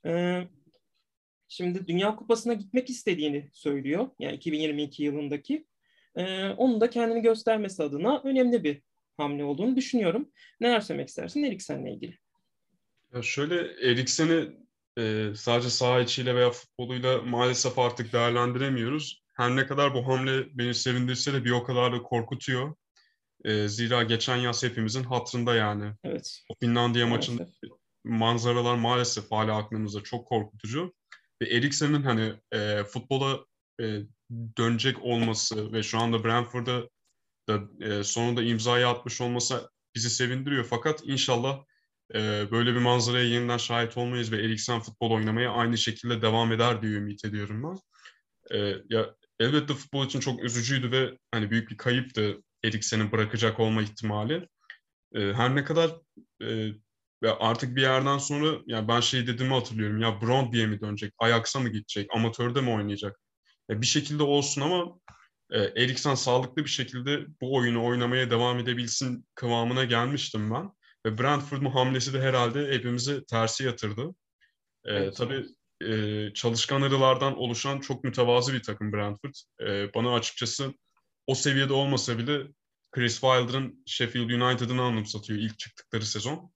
Şimdi Dünya Kupası'na gitmek istediğini söylüyor. Yani 2022 yılındaki. Onun da kendini göstermesi adına önemli bir hamle olduğunu düşünüyorum. Neler söylemek istersin Eriksen'le ilgili? Ya şöyle Eriksen'i sadece saha içiyle veya futboluyla maalesef artık değerlendiremiyoruz. Her ne kadar bu hamle beni sevindirse de bir o kadar da korkutuyor. Zira geçen yaz hepimizin hatırında yani. Evet, O Finlandiya maçında maalesef. manzaralar maalesef hala aklımızda çok korkutucu. Ve Eriksen'in hani futbola dönecek olması ve şu anda Brentford'a da sonunda imzayı atmış olması bizi sevindiriyor. Fakat inşallah böyle bir manzaraya yeniden şahit olmayız ve Eriksen futbol oynamaya aynı şekilde devam eder diye ümit ediyorum ben. Ya elbette futbol için çok üzücüydü ve hani büyük bir kayıptı Eriksen'in bırakacak olma ihtimali. Her ne kadar e, ya artık bir yerden sonra ya ben şey dediğimi hatırlıyorum, ya Brøndby'ye mi dönecek, Ajax'a mı gidecek, amatörde mi oynayacak? Bir şekilde olsun ama Eriksen sağlıklı bir şekilde bu oyunu oynamaya devam edebilsin kıvamına gelmiştim ben. Ve Brentford'un hamlesi de herhalde hepimizi tersi yatırdı. Evet. Tabii çalışkan arılardan oluşan çok mütevazı bir takım Brentford. Bana açıkçası o seviyede olmasa bile Chris Wilder'ın Sheffield United'ını anımsatıyor ilk çıktıkları sezon.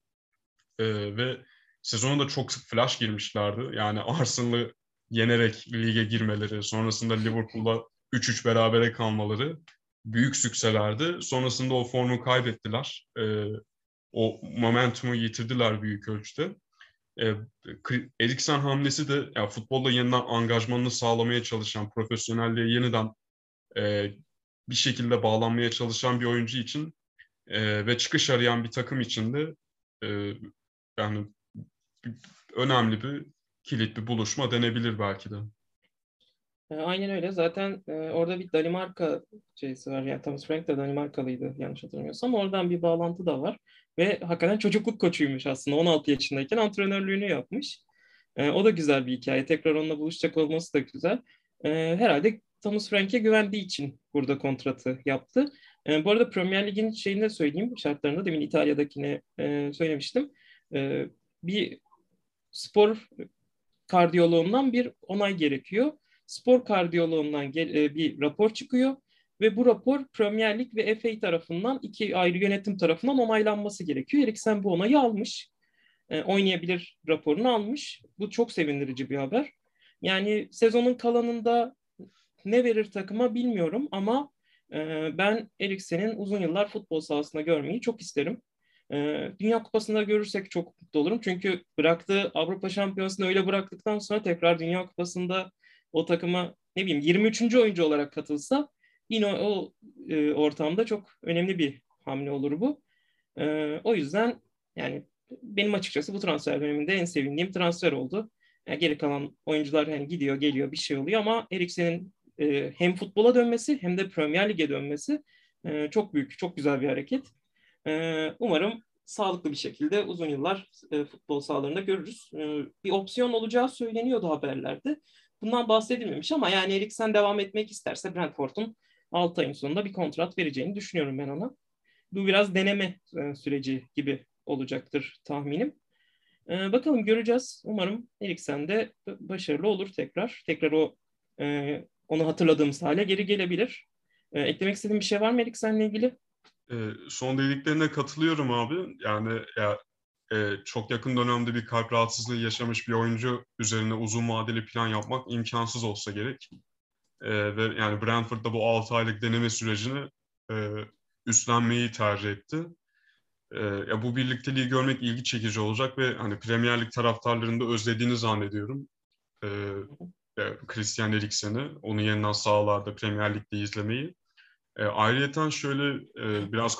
Ve sezona da çok sık flash girmişlerdi. Yani Arsenal'ı yenerek lige girmeleri, sonrasında Liverpool'la 3-3 berabere kalmaları büyük sükselerdi. Sonrasında o formu kaybettiler. O momentumu yitirdiler büyük ölçüde. E, Eriksen hamlesi de ya, futbolda yeniden angajmanını sağlamaya çalışan, profesyonelliğe yeniden e, bir şekilde bağlanmaya çalışan bir oyuncu için ve çıkış arayan bir takım için de e, yani önemli bir kilit bir buluşma denebilir belki de. Aynen öyle. Zaten orada bir Danimarka şeysi var. Yani Thomas Frank de Danimarkalıydı yanlış hatırlamıyorsam. Oradan bir bağlantı da var. Ve hakikaten çocukluk koçuymuş aslında. 16 yaşındayken antrenörlüğünü yapmış. O da güzel bir hikaye. Tekrar onunla buluşacak olması da güzel. Herhalde Thomas Frank'e güvendiği için burada kontratı yaptı. Bu arada Premier Lig'in şeyini de söyleyeyim. Şartlarında demin İtalya'dakini söylemiştim. Bir spor kardiyoloğundan bir onay gerekiyor. Spor kardiyoloğundan bir rapor çıkıyor ve bu rapor Premier Lig ve FA tarafından iki ayrı yönetim tarafından onaylanması gerekiyor. Eriksen bu onayı almış. Oynayabilir raporunu almış. Bu çok sevindirici bir haber. Yani sezonun kalanında ne verir takıma bilmiyorum ama ben Eriksen'in uzun yıllar futbol sahasında görmeyi çok isterim. Dünya Kupası'nda görürsek çok mutlu olurum. Çünkü bıraktığı Avrupa Şampiyonası'nı öyle bıraktıktan sonra tekrar Dünya Kupası'nda o takıma ne bileyim 23. oyuncu olarak katılsa yine ortamda çok önemli bir hamle olur bu. O yüzden yani benim açıkçası bu transfer döneminde en sevindiğim transfer oldu. Yani geri kalan oyuncular hani gidiyor, geliyor, bir şey oluyor ama Eriksen'in hem futbola dönmesi hem de Premier Lig'e dönmesi çok büyük, çok güzel bir hareket. Umarım sağlıklı bir şekilde uzun yıllar futbol sahalarında görürüz. Bir opsiyon olacağı söyleniyordu haberlerde. Bundan bahsedilmemiş ama yani Eriksen devam etmek isterse Brentford'un 6 ayın sonunda bir kontrat vereceğini düşünüyorum ben ona. Bu biraz deneme süreci gibi olacaktır tahminim. Bakalım göreceğiz. Umarım Eriksen de başarılı olur tekrar. Tekrar onu hatırladığımız hale geri gelebilir. Eklemek istediğin bir şey var mı Eriksen'le ilgili? Son dediklerine katılıyorum abi. Yani ya çok yakın dönemde bir kalp rahatsızlığı yaşamış bir oyuncu üzerine uzun vadeli plan yapmak imkansız olsa gerek. Ve yani Brentford'da bu 6 aylık deneme sürecini e, üstlenmeyi tercih etti. Ya bu birlikteliği görmek ilgi çekici olacak ve hani Premier Lig taraftarlarını da özlediğini zannediyorum. E, Christian Eriksen'i, onu yeniden sahalarda Premier Lig'de izlemeyi. Ayrıyeten şöyle biraz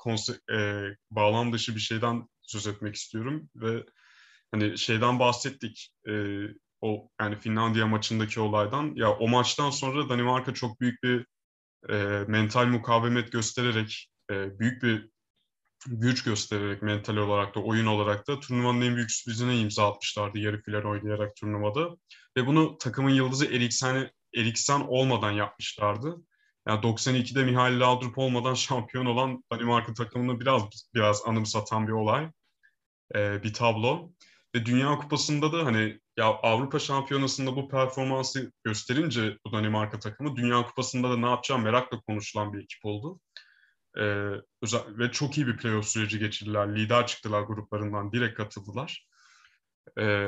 bağlam dışı bir şeyden söz etmek istiyorum ve hani şeyden bahsettik, o yani Finlandiya maçındaki olaydan. Ya o maçtan sonra Danimarka çok büyük bir mental mukavemet göstererek, büyük bir güç göstererek mental olarak da oyun olarak da turnuvanın en büyük sürprizine imza atmışlardı yarı final oynayarak turnuvada. Ve bunu takımın yıldızı Eriksen olmadan yapmışlardı. Yani 92'de Mihail Laudrup olmadan şampiyon olan Danimarka takımını biraz anımsatan bir olay, bir tablo. Ve Dünya Kupası'nda da hani ya Avrupa Şampiyonası'nda bu performansı gösterince bu Danimarka takımı Dünya Kupası'nda da ne yapacağı merakla konuşulan bir ekip oldu. Ve çok iyi bir playoff süreci geçirdiler. Lider çıktılar gruplarından, direkt katıldılar. Ee,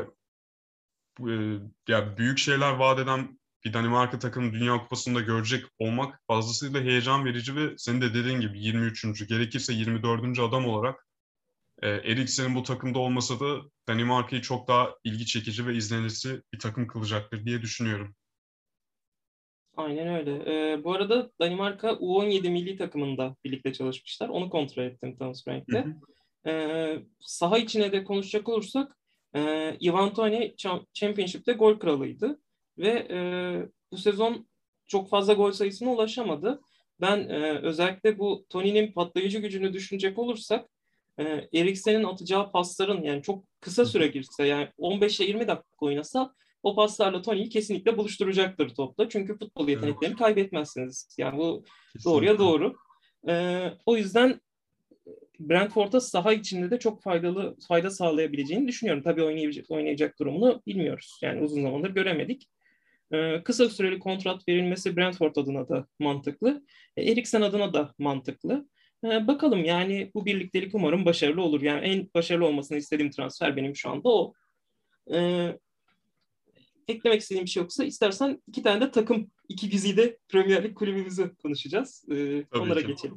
Ya büyük şeyler vaat eden bir Danimarka takımı Dünya Kupası'nda görecek olmak fazlasıyla heyecan verici ve senin de dediğin gibi 23. gerekirse 24. adam olarak Eriksen'in bu takımda olmasa da Danimarka'yı çok daha ilgi çekici ve izlenisi bir takım kılacaktır diye düşünüyorum. Aynen öyle. Bu arada Danimarka U17 milli takımında birlikte çalışmışlar. Onu kontrol ettim Thomas Hı Frank'te. hı. Saha içine de konuşacak olursak Ivan Toney Championship'te gol kralıydı. Ve bu sezon çok fazla gol sayısına ulaşamadı. Ben özellikle bu Tony'nin patlayıcı gücünü düşünecek olursak Eriksen'in atacağı pasların yani çok kısa Hı hı. süre girse yani 15 ile 20 dakika oynasa o paslarla Tony'yi kesinlikle buluşturacaktır topla. Çünkü futbol Evet, yeteneklerini kaybetmezsiniz. Yani bu doğruya kesinlikle. doğru. O yüzden Brentford'a saha içinde de çok fayda sağlayabileceğini düşünüyorum. Tabii oynayacak durumunu bilmiyoruz. Yani uzun zamandır göremedik. Kısa süreli kontrat verilmesi Brentford adına da mantıklı. Eriksen adına da mantıklı. Bakalım yani bu birliktelik umarım başarılı olur. Yani en başarılı olmasını istediğim transfer benim şu anda o. Ee, Eklemek istediğim bir şey yoksa istersen iki tane de takım, iki güzide Premier Lig kulübümüzü konuşacağız. Tabii Onlara ki. geçelim.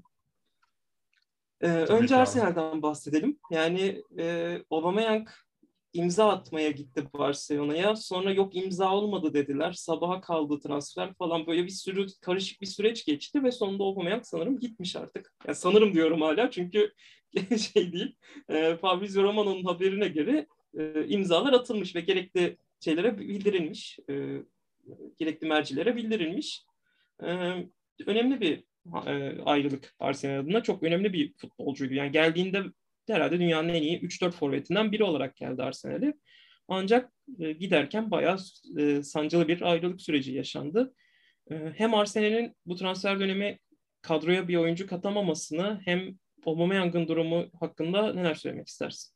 Tabii Önce ki abi. Arsenal'dan bahsedelim. Yani Aubameyang imza atmaya gitti Barcelona'ya. Sonra yok imza olmadı dediler. Sabaha kaldı transfer falan. Böyle bir sürü karışık bir süreç geçti ve sonunda Aubameyang sanırım gitmiş artık. Yani sanırım diyorum hala çünkü şey değil. Fabrizio Romano'nun haberine göre imzalar atılmış ve gerekli şeylere bildirilmiş. Gerekli mercilere bildirilmiş. E, Önemli bir ayrılık Arsenal adına. Çok önemli bir futbolcuydu. Yani geldiğinde herhalde dünyanın en iyi 3-4 forvetinden biri olarak geldi Arsenal'e. Ancak giderken bayağı sancılı bir ayrılık süreci yaşandı. Hem Arsenal'in bu transfer dönemi kadroya bir oyuncu katamamasını hem Aubameyang'ın durumu hakkında neler söylemek istersin?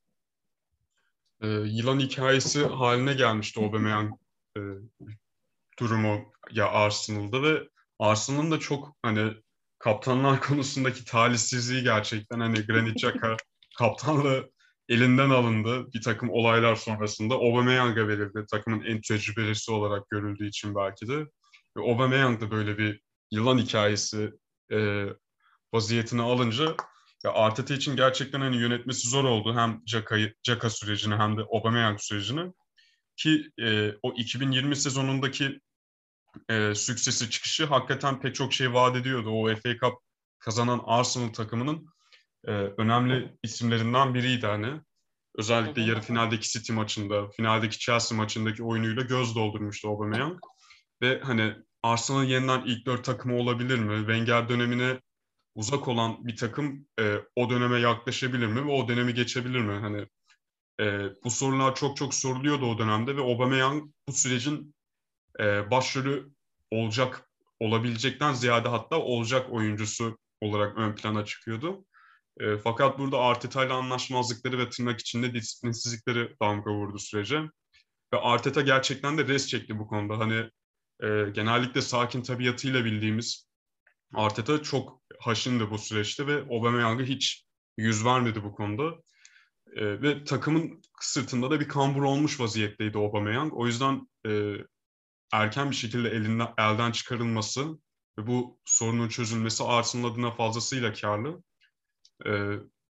Yılan hikayesi haline gelmişti Aubameyang e, durumu ya Arsenal'da ve Arsenal'ın da çok hani kaptanlar konusundaki talihsizliği gerçekten hani Granit Xhaka kaptanlığı elinden alındı bir takım olaylar sonrasında. Aubameyang'a verildi takımın en tecrübelisi olarak görüldüğü için belki de. Ve Aubameyang da böyle bir yılan hikayesi e, vaziyetine alınca ya Arteta için gerçekten hani yönetmesi zor oldu. Hem Xhaka sürecini hem de Aubameyang sürecini. Ki o 2020 sezonundaki süksesi çıkışı hakikaten pek çok şey vaat ediyordu. O FA Cup kazanan Arsenal takımının önemli isimlerinden biriydi hani. Hı Özellikle hı. yarı finaldeki City maçında, finaldeki Chelsea maçındaki oyunuyla göz doldurmuştu Aubameyang. Ve hani Arsenal yeniden ilk dört takımı olabilir mi? Wenger dönemine uzak olan bir takım o döneme yaklaşabilir mi ve o dönemi geçebilir mi? Hani bu sorular çok çok soruluyordu o dönemde ve Aubameyang bu sürecin başrolü olabilecekten ziyade hatta olacak oyuncusu olarak ön plana çıkıyordu. Fakat burada Arteta ile anlaşmazlıkları ve tırnak içinde disiplinsizlikleri damga vurdu sürece. Ve Arteta gerçekten de res çekti bu konuda. Hani genellikle sakin tabiatıyla bildiğimiz Arteta çok haşındı bu süreçte ve Aubameyang'a hiç yüz vermedi bu konuda. Ve takımın sırtında da bir kambur olmuş vaziyetteydi Aubameyang. O yüzden erken bir şekilde elden çıkarılması ve bu sorunun çözülmesi Arsenal adına fazlasıyla karlı. Ee,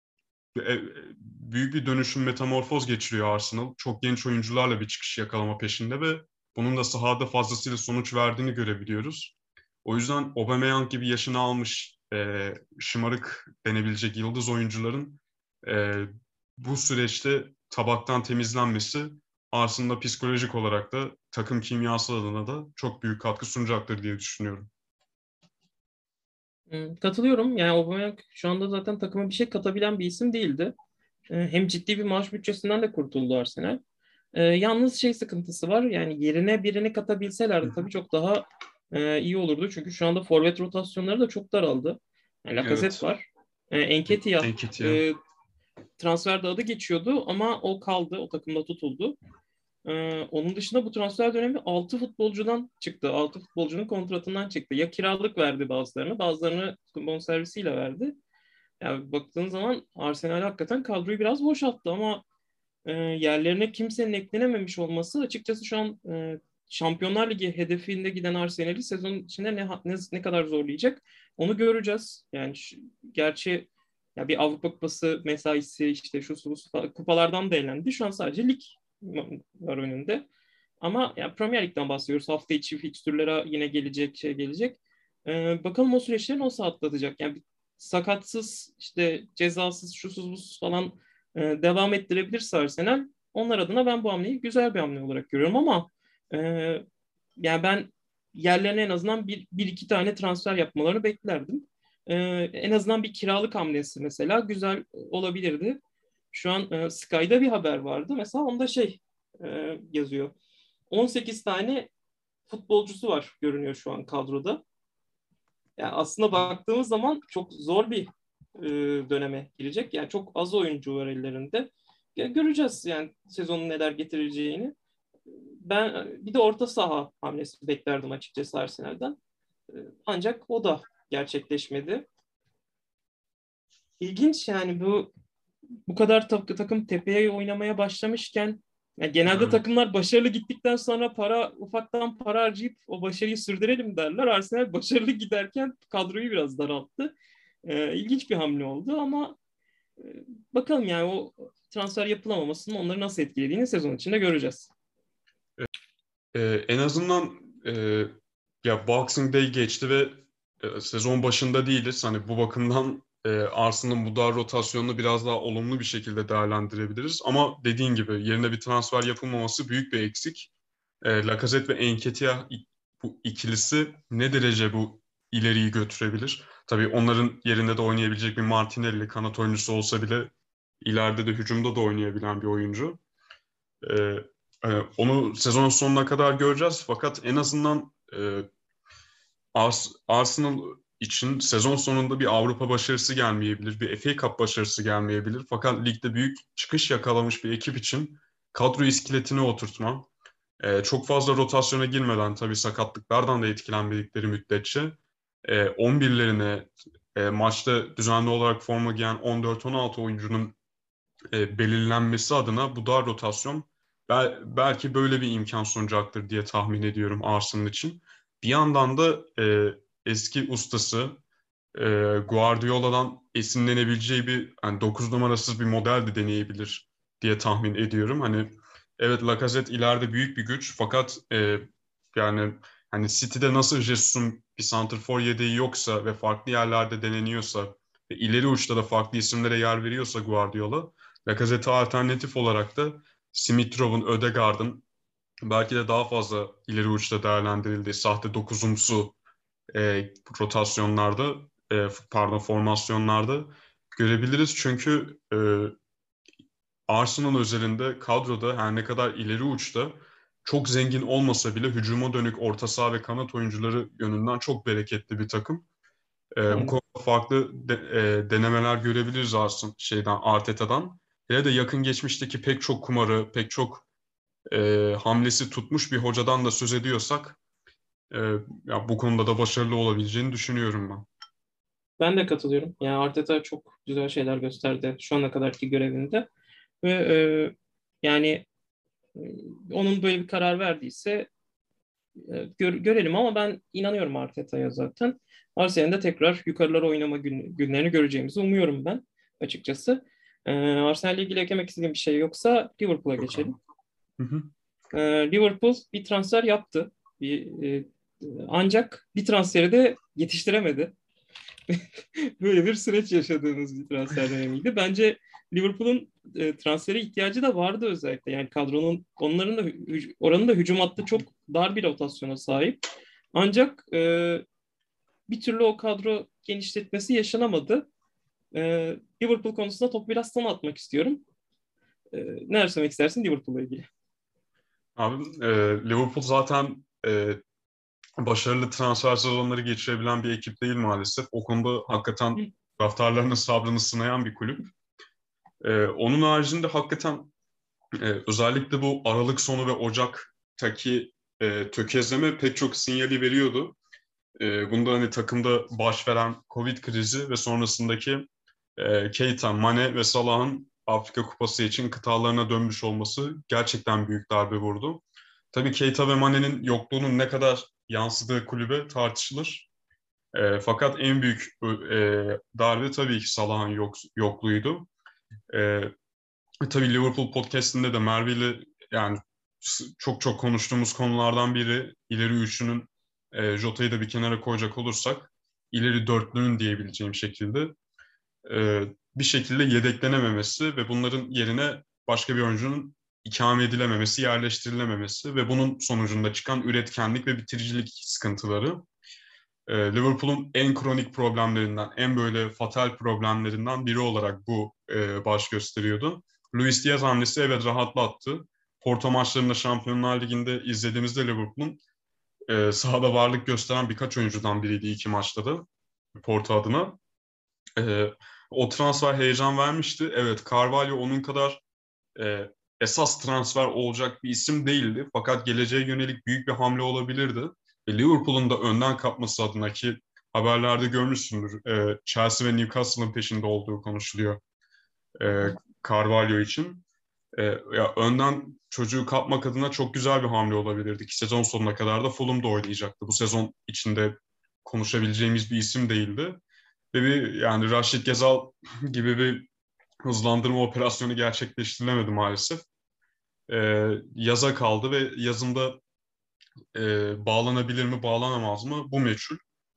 Büyük bir dönüşüm metamorfoz geçiriyor Arsenal. Çok genç oyuncularla bir çıkış yakalama peşinde ve bunun da sahada fazlasıyla sonuç verdiğini görebiliyoruz. O yüzden Aubameyang gibi yaşını almış şımarık denebilecek yıldız oyuncuların e, bu süreçte tabaktan temizlenmesi Arsenal'a psikolojik olarak da takım kimyası adına da çok büyük katkı sunacaktır diye düşünüyorum. Katılıyorum. Yani Aubameyang şu anda zaten takıma bir şey katabilen bir isim değildi. Hem ciddi bir maaş bütçesinden de kurtuldu Arsenal. Yalnız şey sıkıntısı var. Yani yerine birini Hı katabilselerdi hı. tabii çok daha iyi olurdu. Çünkü şu anda forvet rotasyonları da çok daraldı. Yani Lacazette Evet. var. Nketiah Enketiah. transferde adı geçiyordu ama o kaldı. O takımda tutuldu. Onun dışında bu transfer dönemi 6 futbolcudan çıktı. 6 futbolcunun kontratından çıktı. Ya kiralık verdi bazılarını, bazılarını bonservisiyle verdi. Yani baktığın zaman Arsenal hakikaten kadroyu biraz boşalttı ama yerlerine kimsenin eklenememiş olması açıkçası şu an Şampiyonlar Ligi hedefinde giden Arsenal'i sezon içinde ne kadar zorlayacak onu göreceğiz. Yani gerçi ya bir Avrupa Kupası mesaisi işte şu su, kupalardan da elendi. Şu an sadece lig var önünde. Ama yani Premier Lig'den bahsediyoruz. Hafta içi fikstürlere yine gelecek. Bakalım o süreçleri nasıl atlatacak. Yani sakatsız, işte cezasız, şusuz busuz falan devam ettirebilirse Arsenal, onlar adına ben bu hamleyi güzel bir hamle olarak görüyorum ama e, yani ben yerlerine en azından bir iki tane transfer yapmalarını beklerdim. En azından bir kiralık hamlesi mesela güzel olabilirdi. Şu an Sky'da bir haber vardı. Mesela onda yazıyor. 18 tane futbolcusu var görünüyor şu an kadroda. Yani aslında baktığımız zaman çok zor bir döneme girecek. Yani çok az oyuncu var ellerinde. Ya, göreceğiz yani sezonun neler getireceğini. Ben bir de orta saha hamlesi beklerdim açıkçası Arsenal'den. Ancak o da gerçekleşmedi. İlginç yani bu kadar takım tepeye oynamaya başlamışken yani genelde Evet. takımlar başarılı gittikten sonra ufaktan para harcayıp o başarıyı sürdürelim derler. Arsenal başarılı giderken kadroyu biraz daralttı. İlginç bir hamle oldu ama e, bakalım yani o transfer yapılamamasının onları nasıl etkilediğini sezon içinde göreceğiz. En azından ya Boxing Day geçti ve sezon başında değiliz. Hani bu bakımdan Arsenal'ın bu dar rotasyonunu biraz daha olumlu bir şekilde değerlendirebiliriz. Ama dediğin gibi yerine bir transfer yapılmaması büyük bir eksik. Lacazette ve Nketiah bu ikilisi ne derece bu ileriyi götürebilir? Tabii onların yerinde de oynayabilecek bir Martinelli kanat oyuncusu olsa bile ileride de hücumda da oynayabilen bir oyuncu. Ee, Onu sezon sonuna kadar göreceğiz. Fakat en azından Arsenal için sezon sonunda bir Avrupa başarısı gelmeyebilir, bir FA Cup başarısı gelmeyebilir. Fakat ligde büyük çıkış yakalamış bir ekip için kadro iskeletini oturtma, çok fazla rotasyona girmeden tabii sakatlıklardan da etkilenmedikleri müddetçe 11'lerine maçta düzenli olarak forma giyen 14-16 oyuncunun belirlenmesi adına bu dar rotasyon belki böyle bir imkan sunacaktır diye tahmin ediyorum Arsenal için. Bir yandan da eski ustası e, Guardiola'dan esinlenebileceği bir yani 9 numarasız bir model de deneyebilir diye tahmin ediyorum. Hani evet Lacazette ileride büyük bir güç fakat yani hani City'de nasıl Jesus'un bir santrfor yedeği yoksa ve farklı yerlerde deneniyorsa ve ileri uçta da farklı isimlere yer veriyorsa Guardiola, Lacazette'e alternatif olarak da Smith Rowe'un, Ødegaard'ın belki de daha fazla ileri uçta değerlendirildiği sahte dokuzumsu rotasyonlarda, formasyonlarda görebiliriz. Çünkü Arsenal özelinde kadroda her ne kadar ileri uçta çok zengin olmasa bile hücuma dönük orta saha ve kanat oyuncuları yönünden çok bereketli bir takım. Bu Aynen. konuda farklı denemeler görebiliriz Arteta'dan. Hele de yakın geçmişteki pek çok kumarı, pek çok hamlesi tutmuş bir hocadan da söz ediyorsak, e, ya bu konuda da başarılı olabileceğini düşünüyorum ben. Ben de katılıyorum. Yani Arteta çok güzel şeyler gösterdi şu ana kadarki görevinde ve yani e, onun böyle bir karar verdiyse görelim ama ben inanıyorum Arteta'ya zaten. Arsenal'de tekrar yukarılara oynama günlerini göreceğimizi umuyorum ben açıkçası. Arsenal'le ilgili eklemek istediğim bir şey yoksa Liverpool'a Yok abi. geçelim. Hı hı. Liverpool bir transfer yaptı. Ancak bir transferi de yetiştiremedi. Böyle bir süreç yaşadığımız bir transfer dönemiydi. Bence Liverpool'un transfere ihtiyacı da vardı özellikle. Yani kadronun onların da oranın da hücum hattı çok dar bir rotasyona sahip. Ancak bir türlü o kadro genişletmesi yaşanamadı. Liverpool konusunda topu biraz sana atmak istiyorum. Neler söylemek istersin Liverpool'la ilgili? Abi, Liverpool zaten başarılı transfer sezonları geçirebilen bir ekip değil maalesef. O konuda hakikaten taraftarlarının sabrını sınayan bir kulüp. Onun haricinde hakikaten özellikle bu Aralık sonu ve Ocak'taki tökezleme pek çok sinyali veriyordu. Bunda hani takımda baş veren Covid krizi ve sonrasındaki Keita, Mane ve Salah'ın Afrika Kupası için kıtalarına dönmüş olması gerçekten büyük darbe vurdu. Tabii Keita ve Mane'nin yokluğunun ne kadar yansıdığı kulübe tartışılır. Fakat en büyük darbe tabii ki Salah'ın yokluğuydu. Tabii Liverpool podcast'inde de Merve ile yani çok çok konuştuğumuz konulardan biri ileri üçlünün, Jota'yı da bir kenara koyacak olursak ileri dörtlünün diyebileceğim şekilde bir şekilde yedeklenememesi ve bunların yerine başka bir oyuncunun ikame edilememesi, yerleştirilememesi ve bunun sonucunda çıkan üretkenlik ve bitiricilik sıkıntıları Liverpool'un en kronik problemlerinden, en böyle fatal problemlerinden biri olarak bu baş gösteriyordu. Luis Diaz hamlesi evet rahatlattı. Porto maçlarında Şampiyonlar Ligi'nde izlediğimizde Liverpool'un sahada varlık gösteren birkaç oyuncudan biriydi iki maçta da Porto adına. E, O transfer heyecan vermişti. Evet, Carvalho onun kadar e, esas transfer olacak bir isim değildi. Fakat geleceğe yönelik büyük bir hamle olabilirdi. Liverpool'un da önden kapması adına ki haberlerde görmüşsündür. Chelsea ve Newcastle'ın peşinde olduğu konuşuluyor Carvalho için. Ya önden çocuğu kapmak adına çok güzel bir hamle olabilirdi ki sezon sonuna kadar da Fulham'da oynayacaktı. Bu sezon içinde konuşabileceğimiz bir isim değildi. Ve bir yani Rashid Gezal gibi bir hızlandırma operasyonu gerçekleştirilemedi maalesef. Yaza kaldı ve yazında bağlanabilir mi bağlanamaz mı bu meçhul.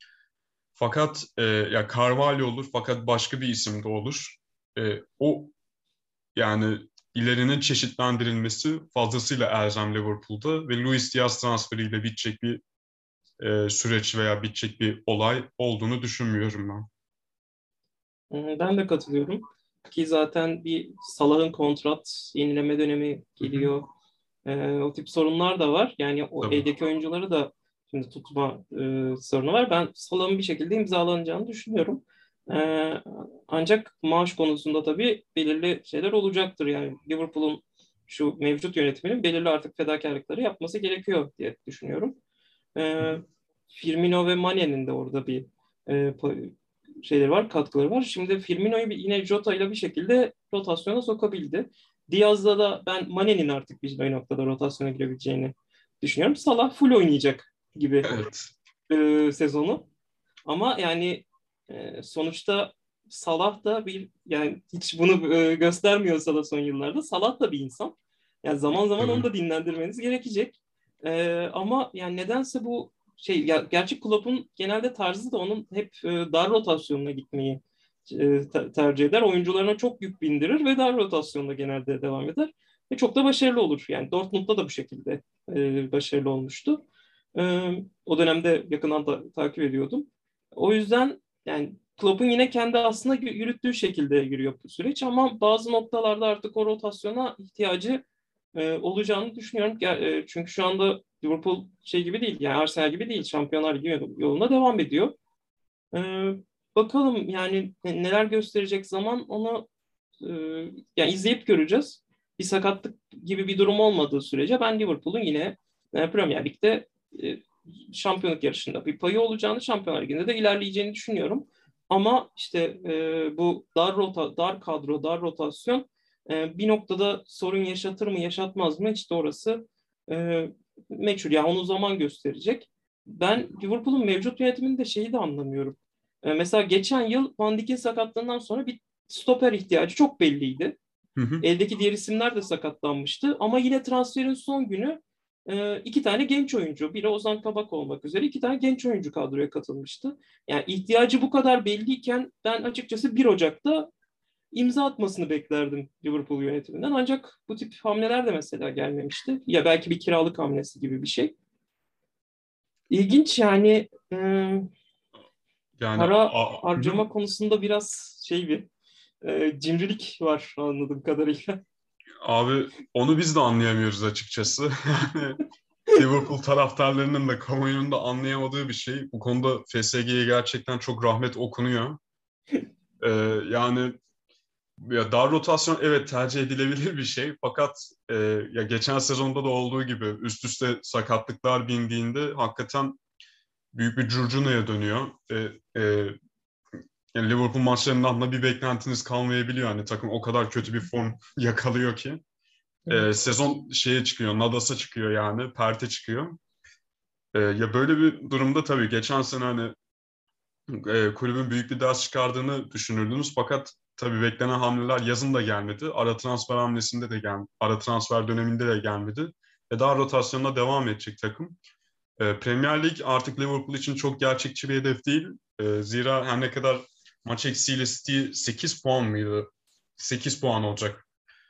Fakat ya Carvalho olur fakat başka bir isim de olur. O yani ilerinin çeşitlendirilmesi fazlasıyla elzem Liverpool'da ve Luis Diaz transferiyle bitecek bir süreç veya bitecek bir olay olduğunu düşünmüyorum ben. Ben de katılıyorum. Ki zaten bir Salah'ın kontrat yenileme dönemi Hı hı. geliyor. O tip sorunlar da var. Yani o Tabii. eldeki oyuncuları da şimdi tutma sorunu var. Ben Salah'ın bir şekilde imzalanacağını düşünüyorum. E, Ancak maaş konusunda tabii belirli şeyler olacaktır. Yani Liverpool'un şu mevcut yönetiminin belirli artık fedakarlıkları yapması gerekiyor diye düşünüyorum. Hı E, hı. Firmino ve Mane'nin de orada bir şeyleri var, katkıları var. Şimdi Firmino'yu yine Jota ile bir şekilde rotasyona sokabildi. Diaz'da da ben Mane'nin artık bir noktada rotasyona girebileceğini düşünüyorum. Salah full oynayacak gibi Evet. sezonu. Ama yani sonuçta Salah da bir yani hiç bunu göstermiyorsa da son yıllarda Salah da bir insan. Yani zaman zaman onu Tabii. da dinlendirmeniz gerekecek. Ama yani nedense bu şey ya, gerçi Klopp'un genelde tarzı da onun hep dar rotasyonuna gitmeyi tercih eder. Oyuncularına çok yük bindirir ve dar rotasyonda genelde devam eder. Ve çok da başarılı olur. Yani Dortmund'da da bu şekilde başarılı olmuştu. O dönemde yakından da takip ediyordum. O yüzden yani Klopp'un yine kendi aslında yürüttüğü şekilde yürüyor bu süreç ama bazı noktalarda artık o rotasyona ihtiyacı olacağını düşünüyorum. Çünkü şu anda Liverpool şey gibi değil, yani Arsenal gibi değil. Şampiyonlar Ligi yoluna devam ediyor. E, Bakalım yani neler gösterecek zaman onu e, yani izleyip göreceğiz. Bir sakatlık gibi bir durum olmadığı sürece ben Liverpool'un yine Premier Lig'de e, şampiyonluk yarışında bir payı olacağını, Şampiyonlar Ligi'nde de ilerleyeceğini düşünüyorum. Ama işte bu dar kadro, dar rotasyon bir noktada sorun yaşatır mı, yaşatmaz mı? İşte orası meçhul. Yani onu zaman gösterecek. Ben Liverpool'un mevcut yönetiminin de şeyi de anlamıyorum. Mesela geçen yıl Van Dijk'in sakatlığından sonra bir stoper ihtiyacı çok belliydi. Hı hı. Eldeki diğer isimler de sakatlanmıştı. Ama yine transferin son günü iki tane genç oyuncu, biri Ozan Kabak olmak üzere iki tane genç oyuncu kadroya katılmıştı. Yani ihtiyacı bu kadar belliyken ben açıkçası 1 Ocak'ta imza atmasını beklerdim Liverpool yönetiminden. Ancak bu tip hamleler de mesela gelmemişti. Ya belki bir kiralık hamlesi gibi bir şey. İlginç yani Yani para hı hı. harcama konusunda biraz şey bir cimrilik var anladığım kadarıyla. Abi onu biz de anlayamıyoruz açıkçası. Yani Liverpool taraftarlarının da kamuoyunun da anlayamadığı bir şey. Bu konuda FSG'ye gerçekten çok rahmet okunuyor. Ee, Yani ya dar rotasyon evet tercih edilebilir bir şey. Fakat ya geçen sezonda da olduğu gibi üst üste sakatlıklar bindiğinde hakikaten büyük bir curcunaya dönüyor. Yani Liverpool maçlarından da bir beklentiniz kalmayabiliyor. Hani takım o kadar kötü bir form yakalıyor ki. Evet. Sezon şeye çıkıyor, Nadas'a çıkıyor yani, perte çıkıyor. Ya böyle bir durumda tabii geçen sene hani kulübün büyük bir ders çıkardığını düşünürdünüz. Fakat tabii beklenen hamleler yazın da gelmedi. Ara transfer hamlesinde de gelmedi. Ara transfer döneminde de gelmedi. ve daha rotasyonuna devam edecek takım. Premier Lig artık Liverpool için çok gerçekçi bir hedef değil. Zira her ne kadar maç eksiğiyle City 8 puan mıydı? 8 puan olacak.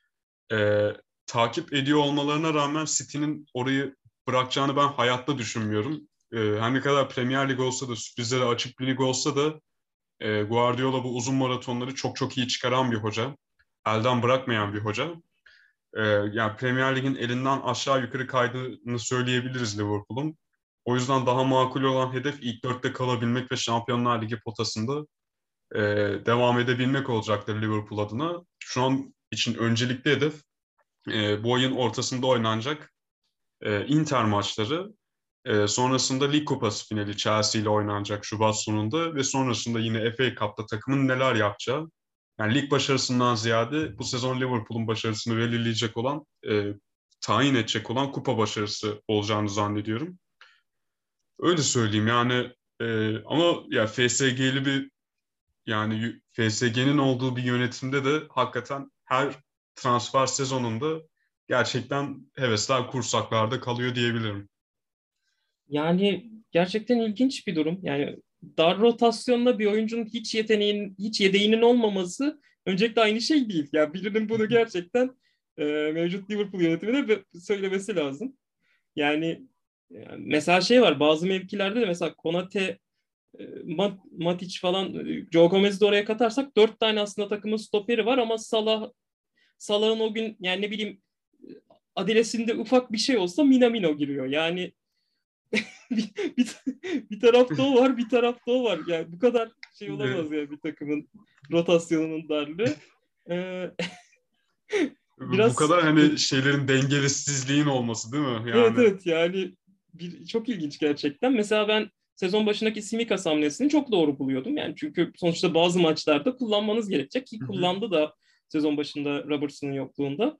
Takip ediyor olmalarına rağmen City'nin orayı bırakacağını ben hayatta düşünmüyorum. Her ne kadar Premier Lig olsa da, sürprizlere açık bir lig olsa da Guardiola bu uzun maratonları çok çok iyi çıkaran bir hoca. Elden bırakmayan bir hoca. Yani Premier Lig'in elinden aşağı yukarı kaydığını söyleyebiliriz Liverpool'un. O yüzden daha makul olan hedef ilk dörtte kalabilmek ve Şampiyonlar Ligi potasında e, devam edebilmek olacaktır Liverpool adına. Şu an için öncelikli hedef bu ayın ortasında oynanacak Inter maçları. Sonrasında Lig Kupası finali Chelsea ile oynanacak Şubat sonunda ve sonrasında yine FA Cup'ta takımın neler yapacağı. Yani lig başarısından ziyade bu sezon Liverpool'un başarısını belirleyecek olan, tayin edecek olan kupa başarısı olacağını zannediyorum. Öyle söyleyeyim yani, ama ya FSG'li bir, yani FSG'nin olduğu bir yönetimde de hakikaten her transfer sezonunda gerçekten hevesler kursaklarda kalıyor diyebilirim. Yani gerçekten ilginç bir durum. Yani dar rotasyonda bir oyuncunun hiç yedeğinin olmaması öncelikle aynı şey değil. Yani birinin bunu gerçekten mevcut Liverpool yönetimine söylemesi lazım. Mesela şey var, bazı mevkilerde de mesela Konate, Matic falan, Joe Gomez'i de oraya katarsak 4 tane aslında takımın stoperi var ama Salah'ın o gün yani ne bileyim adresinde ufak bir şey olsa Minamino giriyor. Yani bir, bir, bir tarafta o var, bir tarafta o var. Yani bu kadar şey olamaz yani bir takımın rotasyonunun darlığı. Ee, Bu biraz kadar hani şeylerin dengesizliğin olması değil mi? evet, Yani. evet, yani çok ilginç gerçekten. Mesela ben sezon başındaki Tsimikas hamlesini çok doğru buluyordum. Yani çünkü sonuçta bazı maçlarda kullanmanız gerekecek ki Hı hı. kullandı da sezon başında Robertson'ın yokluğunda.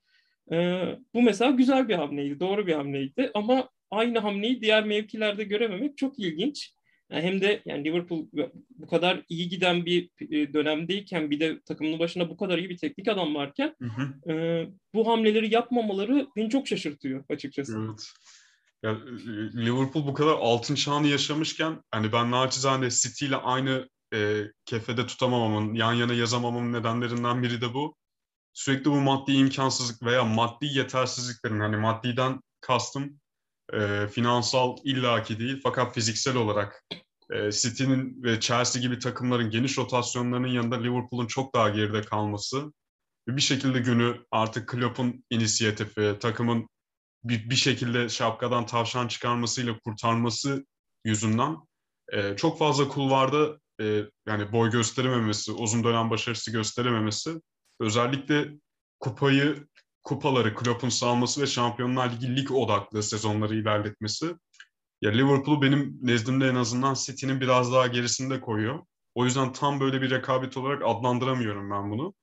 Bu mesela güzel bir hamleydi, doğru bir hamleydi ama aynı hamleyi diğer mevkilerde görememek çok ilginç. Yani hem de yani Liverpool bu kadar iyi giden bir dönemdeyken bir de takımın başında bu kadar iyi bir teknik adam varken Hı hı. bu hamleleri yapmamaları beni çok şaşırtıyor açıkçası. Evet. Ya, Liverpool bu kadar altın çağını yaşamışken hani ben naçizane City ile aynı kefede tutamamamın, yan yana yazamamamın nedenlerinden biri de bu. Sürekli bu maddi imkansızlık veya maddi yetersizliklerin, hani maddiden kastım finansal illaki değil fakat fiziksel olarak City'nin ve Chelsea gibi takımların geniş rotasyonlarının yanında Liverpool'un çok daha geride kalması ve bir şekilde günü artık Klopp'un inisiyatifi, takımın bir şekilde şapkadan tavşan çıkarmasıyla kurtarması yüzünden çok fazla kulvarda yani boy gösterememesi, uzun dönem başarısı gösterememesi, özellikle kupayı, kupaları Klopp'un salması ve Şampiyonlar Ligi lig odaklı sezonları ilerletmesi. Ya Liverpool'u benim nezdimde en azından City'nin biraz daha gerisinde koyuyor. O yüzden tam böyle bir rekabet olarak adlandıramıyorum ben bunu.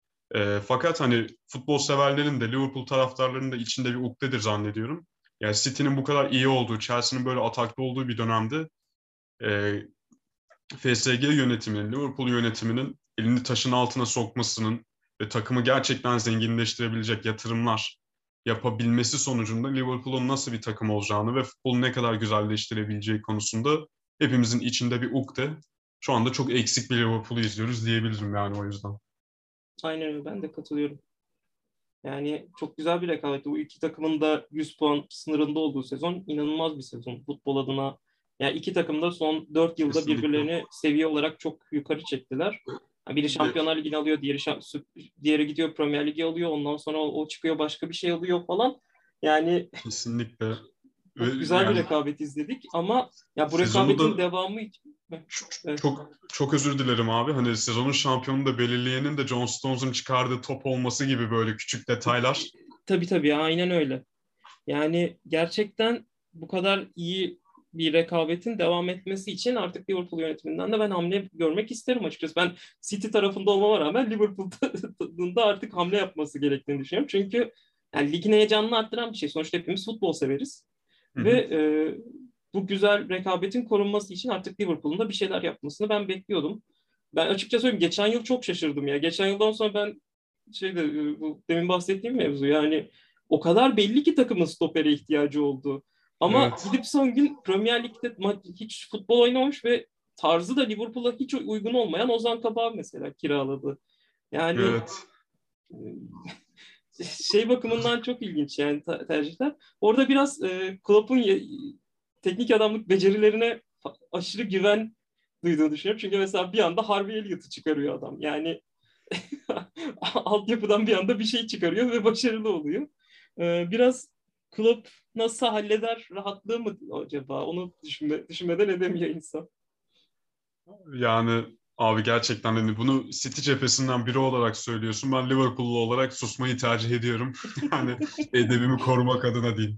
Fakat hani futbol severlerin de Liverpool taraftarlarının da içinde bir ukdedir zannediyorum. Yani City'nin bu kadar iyi olduğu, Chelsea'nin böyle ataklı olduğu bir dönemde e, FSG yönetiminin, Liverpool yönetiminin elini taşın altına sokmasının ve takımı gerçekten zenginleştirebilecek yatırımlar yapabilmesi sonucunda Liverpool'un nasıl bir takım olacağını ve futbolu ne kadar güzelleştirebileceği konusunda hepimizin içinde bir ukde. Şu anda çok eksik bir Liverpool'u izliyoruz diyebilirim yani o yüzden. Aynen öyle, ben de katılıyorum. Yani çok güzel bir rekabetti. Bu iki takımın da 100 puan sınırında olduğu sezon inanılmaz bir sezon. Futbol adına yani iki takım da son 4 yılda Kesinlikle. birbirlerini seviye olarak çok yukarı çektiler. Yani biri Şampiyonlar Ligi'ni alıyor, diğeri gidiyor Premier Ligi alıyor. Ondan sonra o çıkıyor başka bir şey alıyor falan. Yani Kesinlikle. Ve çok güzel bir yani rekabet izledik ama ya bu sezonu da rekabetin devamı için evet. çok özür dilerim abi. Hani sezonun şampiyonunu da belirleyenin de John Stones'un çıkardığı top olması gibi böyle küçük detaylar. Tabii, tabii, aynen öyle. Yani gerçekten bu kadar iyi bir rekabetin devam etmesi için artık Liverpool yönetiminden de ben hamle görmek isterim açıkçası. Ben City tarafında olmama rağmen Liverpool'da da artık hamle yapması gerektiğini düşünüyorum. Çünkü yani ligin heyecanını arttıran bir şey. Sonuçta hepimiz futbol severiz. Hı Ve hı. bu güzel rekabetin korunması için artık Liverpool'un da bir şeyler yapmasını ben bekliyordum. Ben açıkça söyleyeyim, geçen yıl çok şaşırdım ya. Geçen yıldan sonra ben bu demin bahsettiğim mevzu yani o kadar belli ki takımın stopere ihtiyacı oldu. Ama Evet. gidip son gün Premier Lig'de hiç futbol oynamamış ve tarzı da Liverpool'a hiç uygun olmayan Ozan Kabak mesela kiraladı. Yani Evet. şey bakımından çok ilginç yani tercihler. Orada biraz Klopp'un teknik adamlık becerilerine aşırı güven duyduğunu düşünüyorum. Çünkü mesela bir anda Harvey Elliott'ı çıkarıyor adam. Yani altyapıdan bir anda bir şey çıkarıyor ve başarılı oluyor. Biraz Klopp nasıl halleder rahatlığı mı acaba? Onu düşünmeden edemiyor insan. Yani abi gerçekten hani bunu City cephesinden biri olarak söylüyorsun. Ben Liverpool'lu olarak susmayı tercih ediyorum. Yani edebimi korumak adına diyeyim.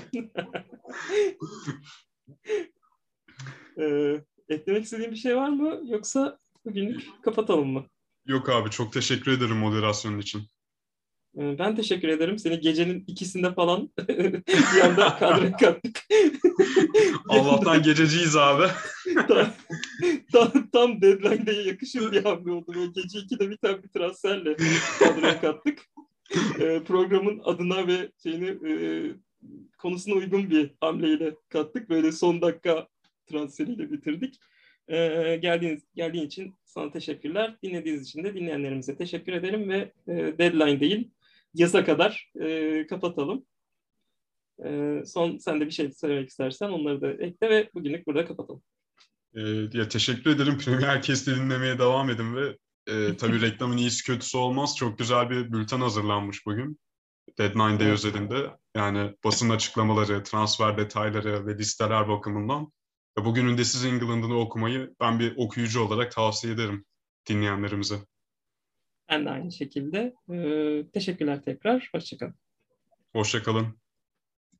Eklemek istediğin bir şey var mı? Yoksa bugünlük kapatalım mı? Yok abi, çok teşekkür ederim moderasyonun için. Ben teşekkür ederim. Seni gecenin ikisinde falan bir anda kadroya kattık. Bir anda Allah'tan gececiyiz abi. tam, tam deadline'de yakışır bir hamle oldu. Böyle gece 2'de biten bir transferle kadroya kattık. Programın adına ve konusuna uygun bir hamleyle kattık. Böyle son dakika transferiyle bitirdik. Geldiğin için sana teşekkürler. Dinlediğiniz için de dinleyenlerimize teşekkür ederim ve deadline değil, yaza kadar kapatalım. Son sen de bir şey söylemek istersen onları da ekle ve bugünlük burada kapatalım. Ya teşekkür ederim. Premier Kest'i dinlemeye devam edin ve tabii reklamın iyisi kötüsü olmaz. Çok güzel bir bülten hazırlanmış bugün. Deadline Day Evet. özelinde. Yani basın açıklamaları, transfer detayları ve listeler bakımından. Bugünün de siz England'ını okumayı ben bir okuyucu olarak tavsiye ederim dinleyenlerimize. Ben de aynı şekilde. Teşekkürler tekrar. Hoşçakalın. Hoşça kalın.